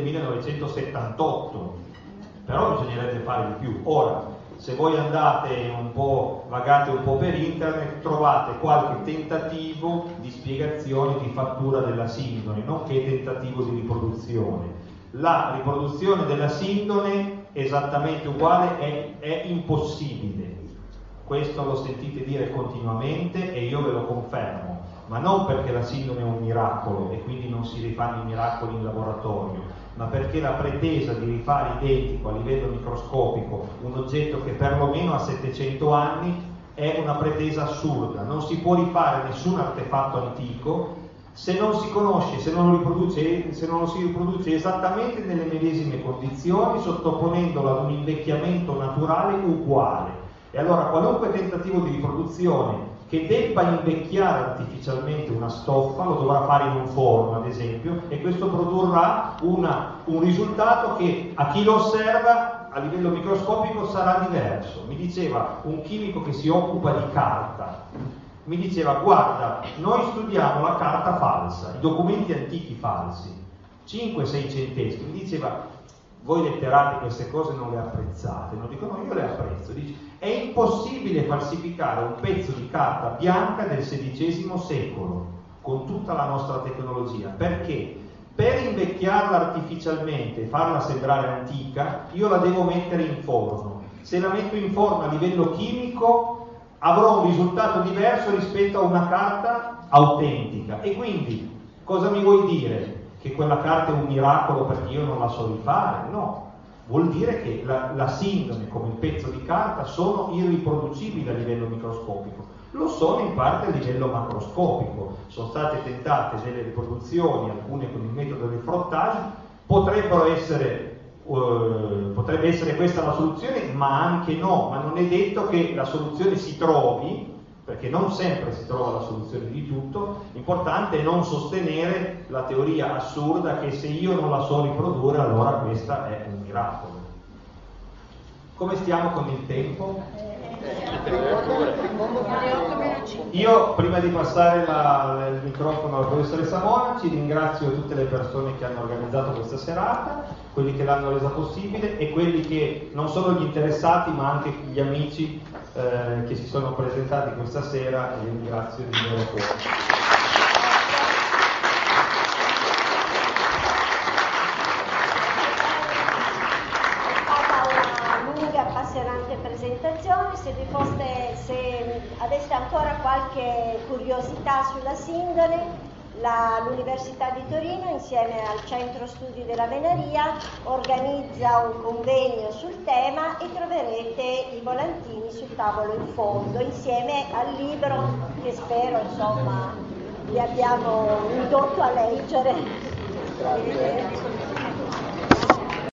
1978, però bisognerebbe fare di più. Ora, se voi andate vagate un po' per internet, trovate qualche tentativo di spiegazione di fattura della sindone, nonché tentativo di riproduzione. La riproduzione della sindone esattamente uguale è impossibile. Questo lo sentite dire continuamente e io ve lo confermo, ma non perché la sindone è un miracolo e quindi non si rifanno i miracoli in laboratorio, ma perché la pretesa di rifare identico a livello microscopico un oggetto che perlomeno ha 700 anni è una pretesa assurda. Non si può rifare nessun artefatto antico se non si conosce, se non lo si riproduce esattamente nelle medesime condizioni, sottoponendolo ad un invecchiamento naturale uguale. E allora qualunque tentativo di riproduzione che debba invecchiare artificialmente una stoffa lo dovrà fare in un forno, ad esempio, e questo produrrà un risultato che a chi lo osserva a livello microscopico sarà diverso. Mi diceva un chimico che si occupa di carta, mi diceva: guarda, noi studiamo la carta falsa, i documenti antichi falsi, 5-6 centesimi. Mi diceva: voi letterati queste cose non le apprezzate. Non dico no, io le apprezzo. Dice: è impossibile falsificare un pezzo di carta bianca del XVI secolo con tutta la nostra tecnologia, perché per invecchiarla artificialmente e farla sembrare antica io la devo mettere in forno. Se la metto in forno a livello chimico avrò un risultato diverso rispetto a una carta autentica. E quindi cosa mi vuoi dire? Che quella carta è un miracolo perché io non la so rifare? No, vuol dire che la sindone come il pezzo di carta sono irriproducibili a livello microscopico, lo sono in parte a livello macroscopico. Sono state tentate delle riproduzioni, alcune con il metodo del frottage, potrebbe essere questa la soluzione, ma anche no, ma non è detto che la soluzione si trovi, perché non sempre si trova la soluzione di tutto. L'importante è non sostenere la teoria assurda che se io non la so riprodurre allora questa è un miracolo. Come stiamo con il tempo? Io, prima di passare il microfono al professoressa Monaci, ringrazio tutte le persone che hanno organizzato questa serata, quelli che l'hanno resa possibile e quelli che non sono gli interessati ma anche gli amici che si sono presentati questa sera, e li ringrazio di loro cuore. Presentazione. Se aveste ancora qualche curiosità sulla sindone, l'Università di Torino insieme al Centro Studi della Venaria organizza un convegno sul tema e troverete i volantini sul tavolo in fondo insieme al libro che spero vi abbiamo indotto a leggere. Grazie.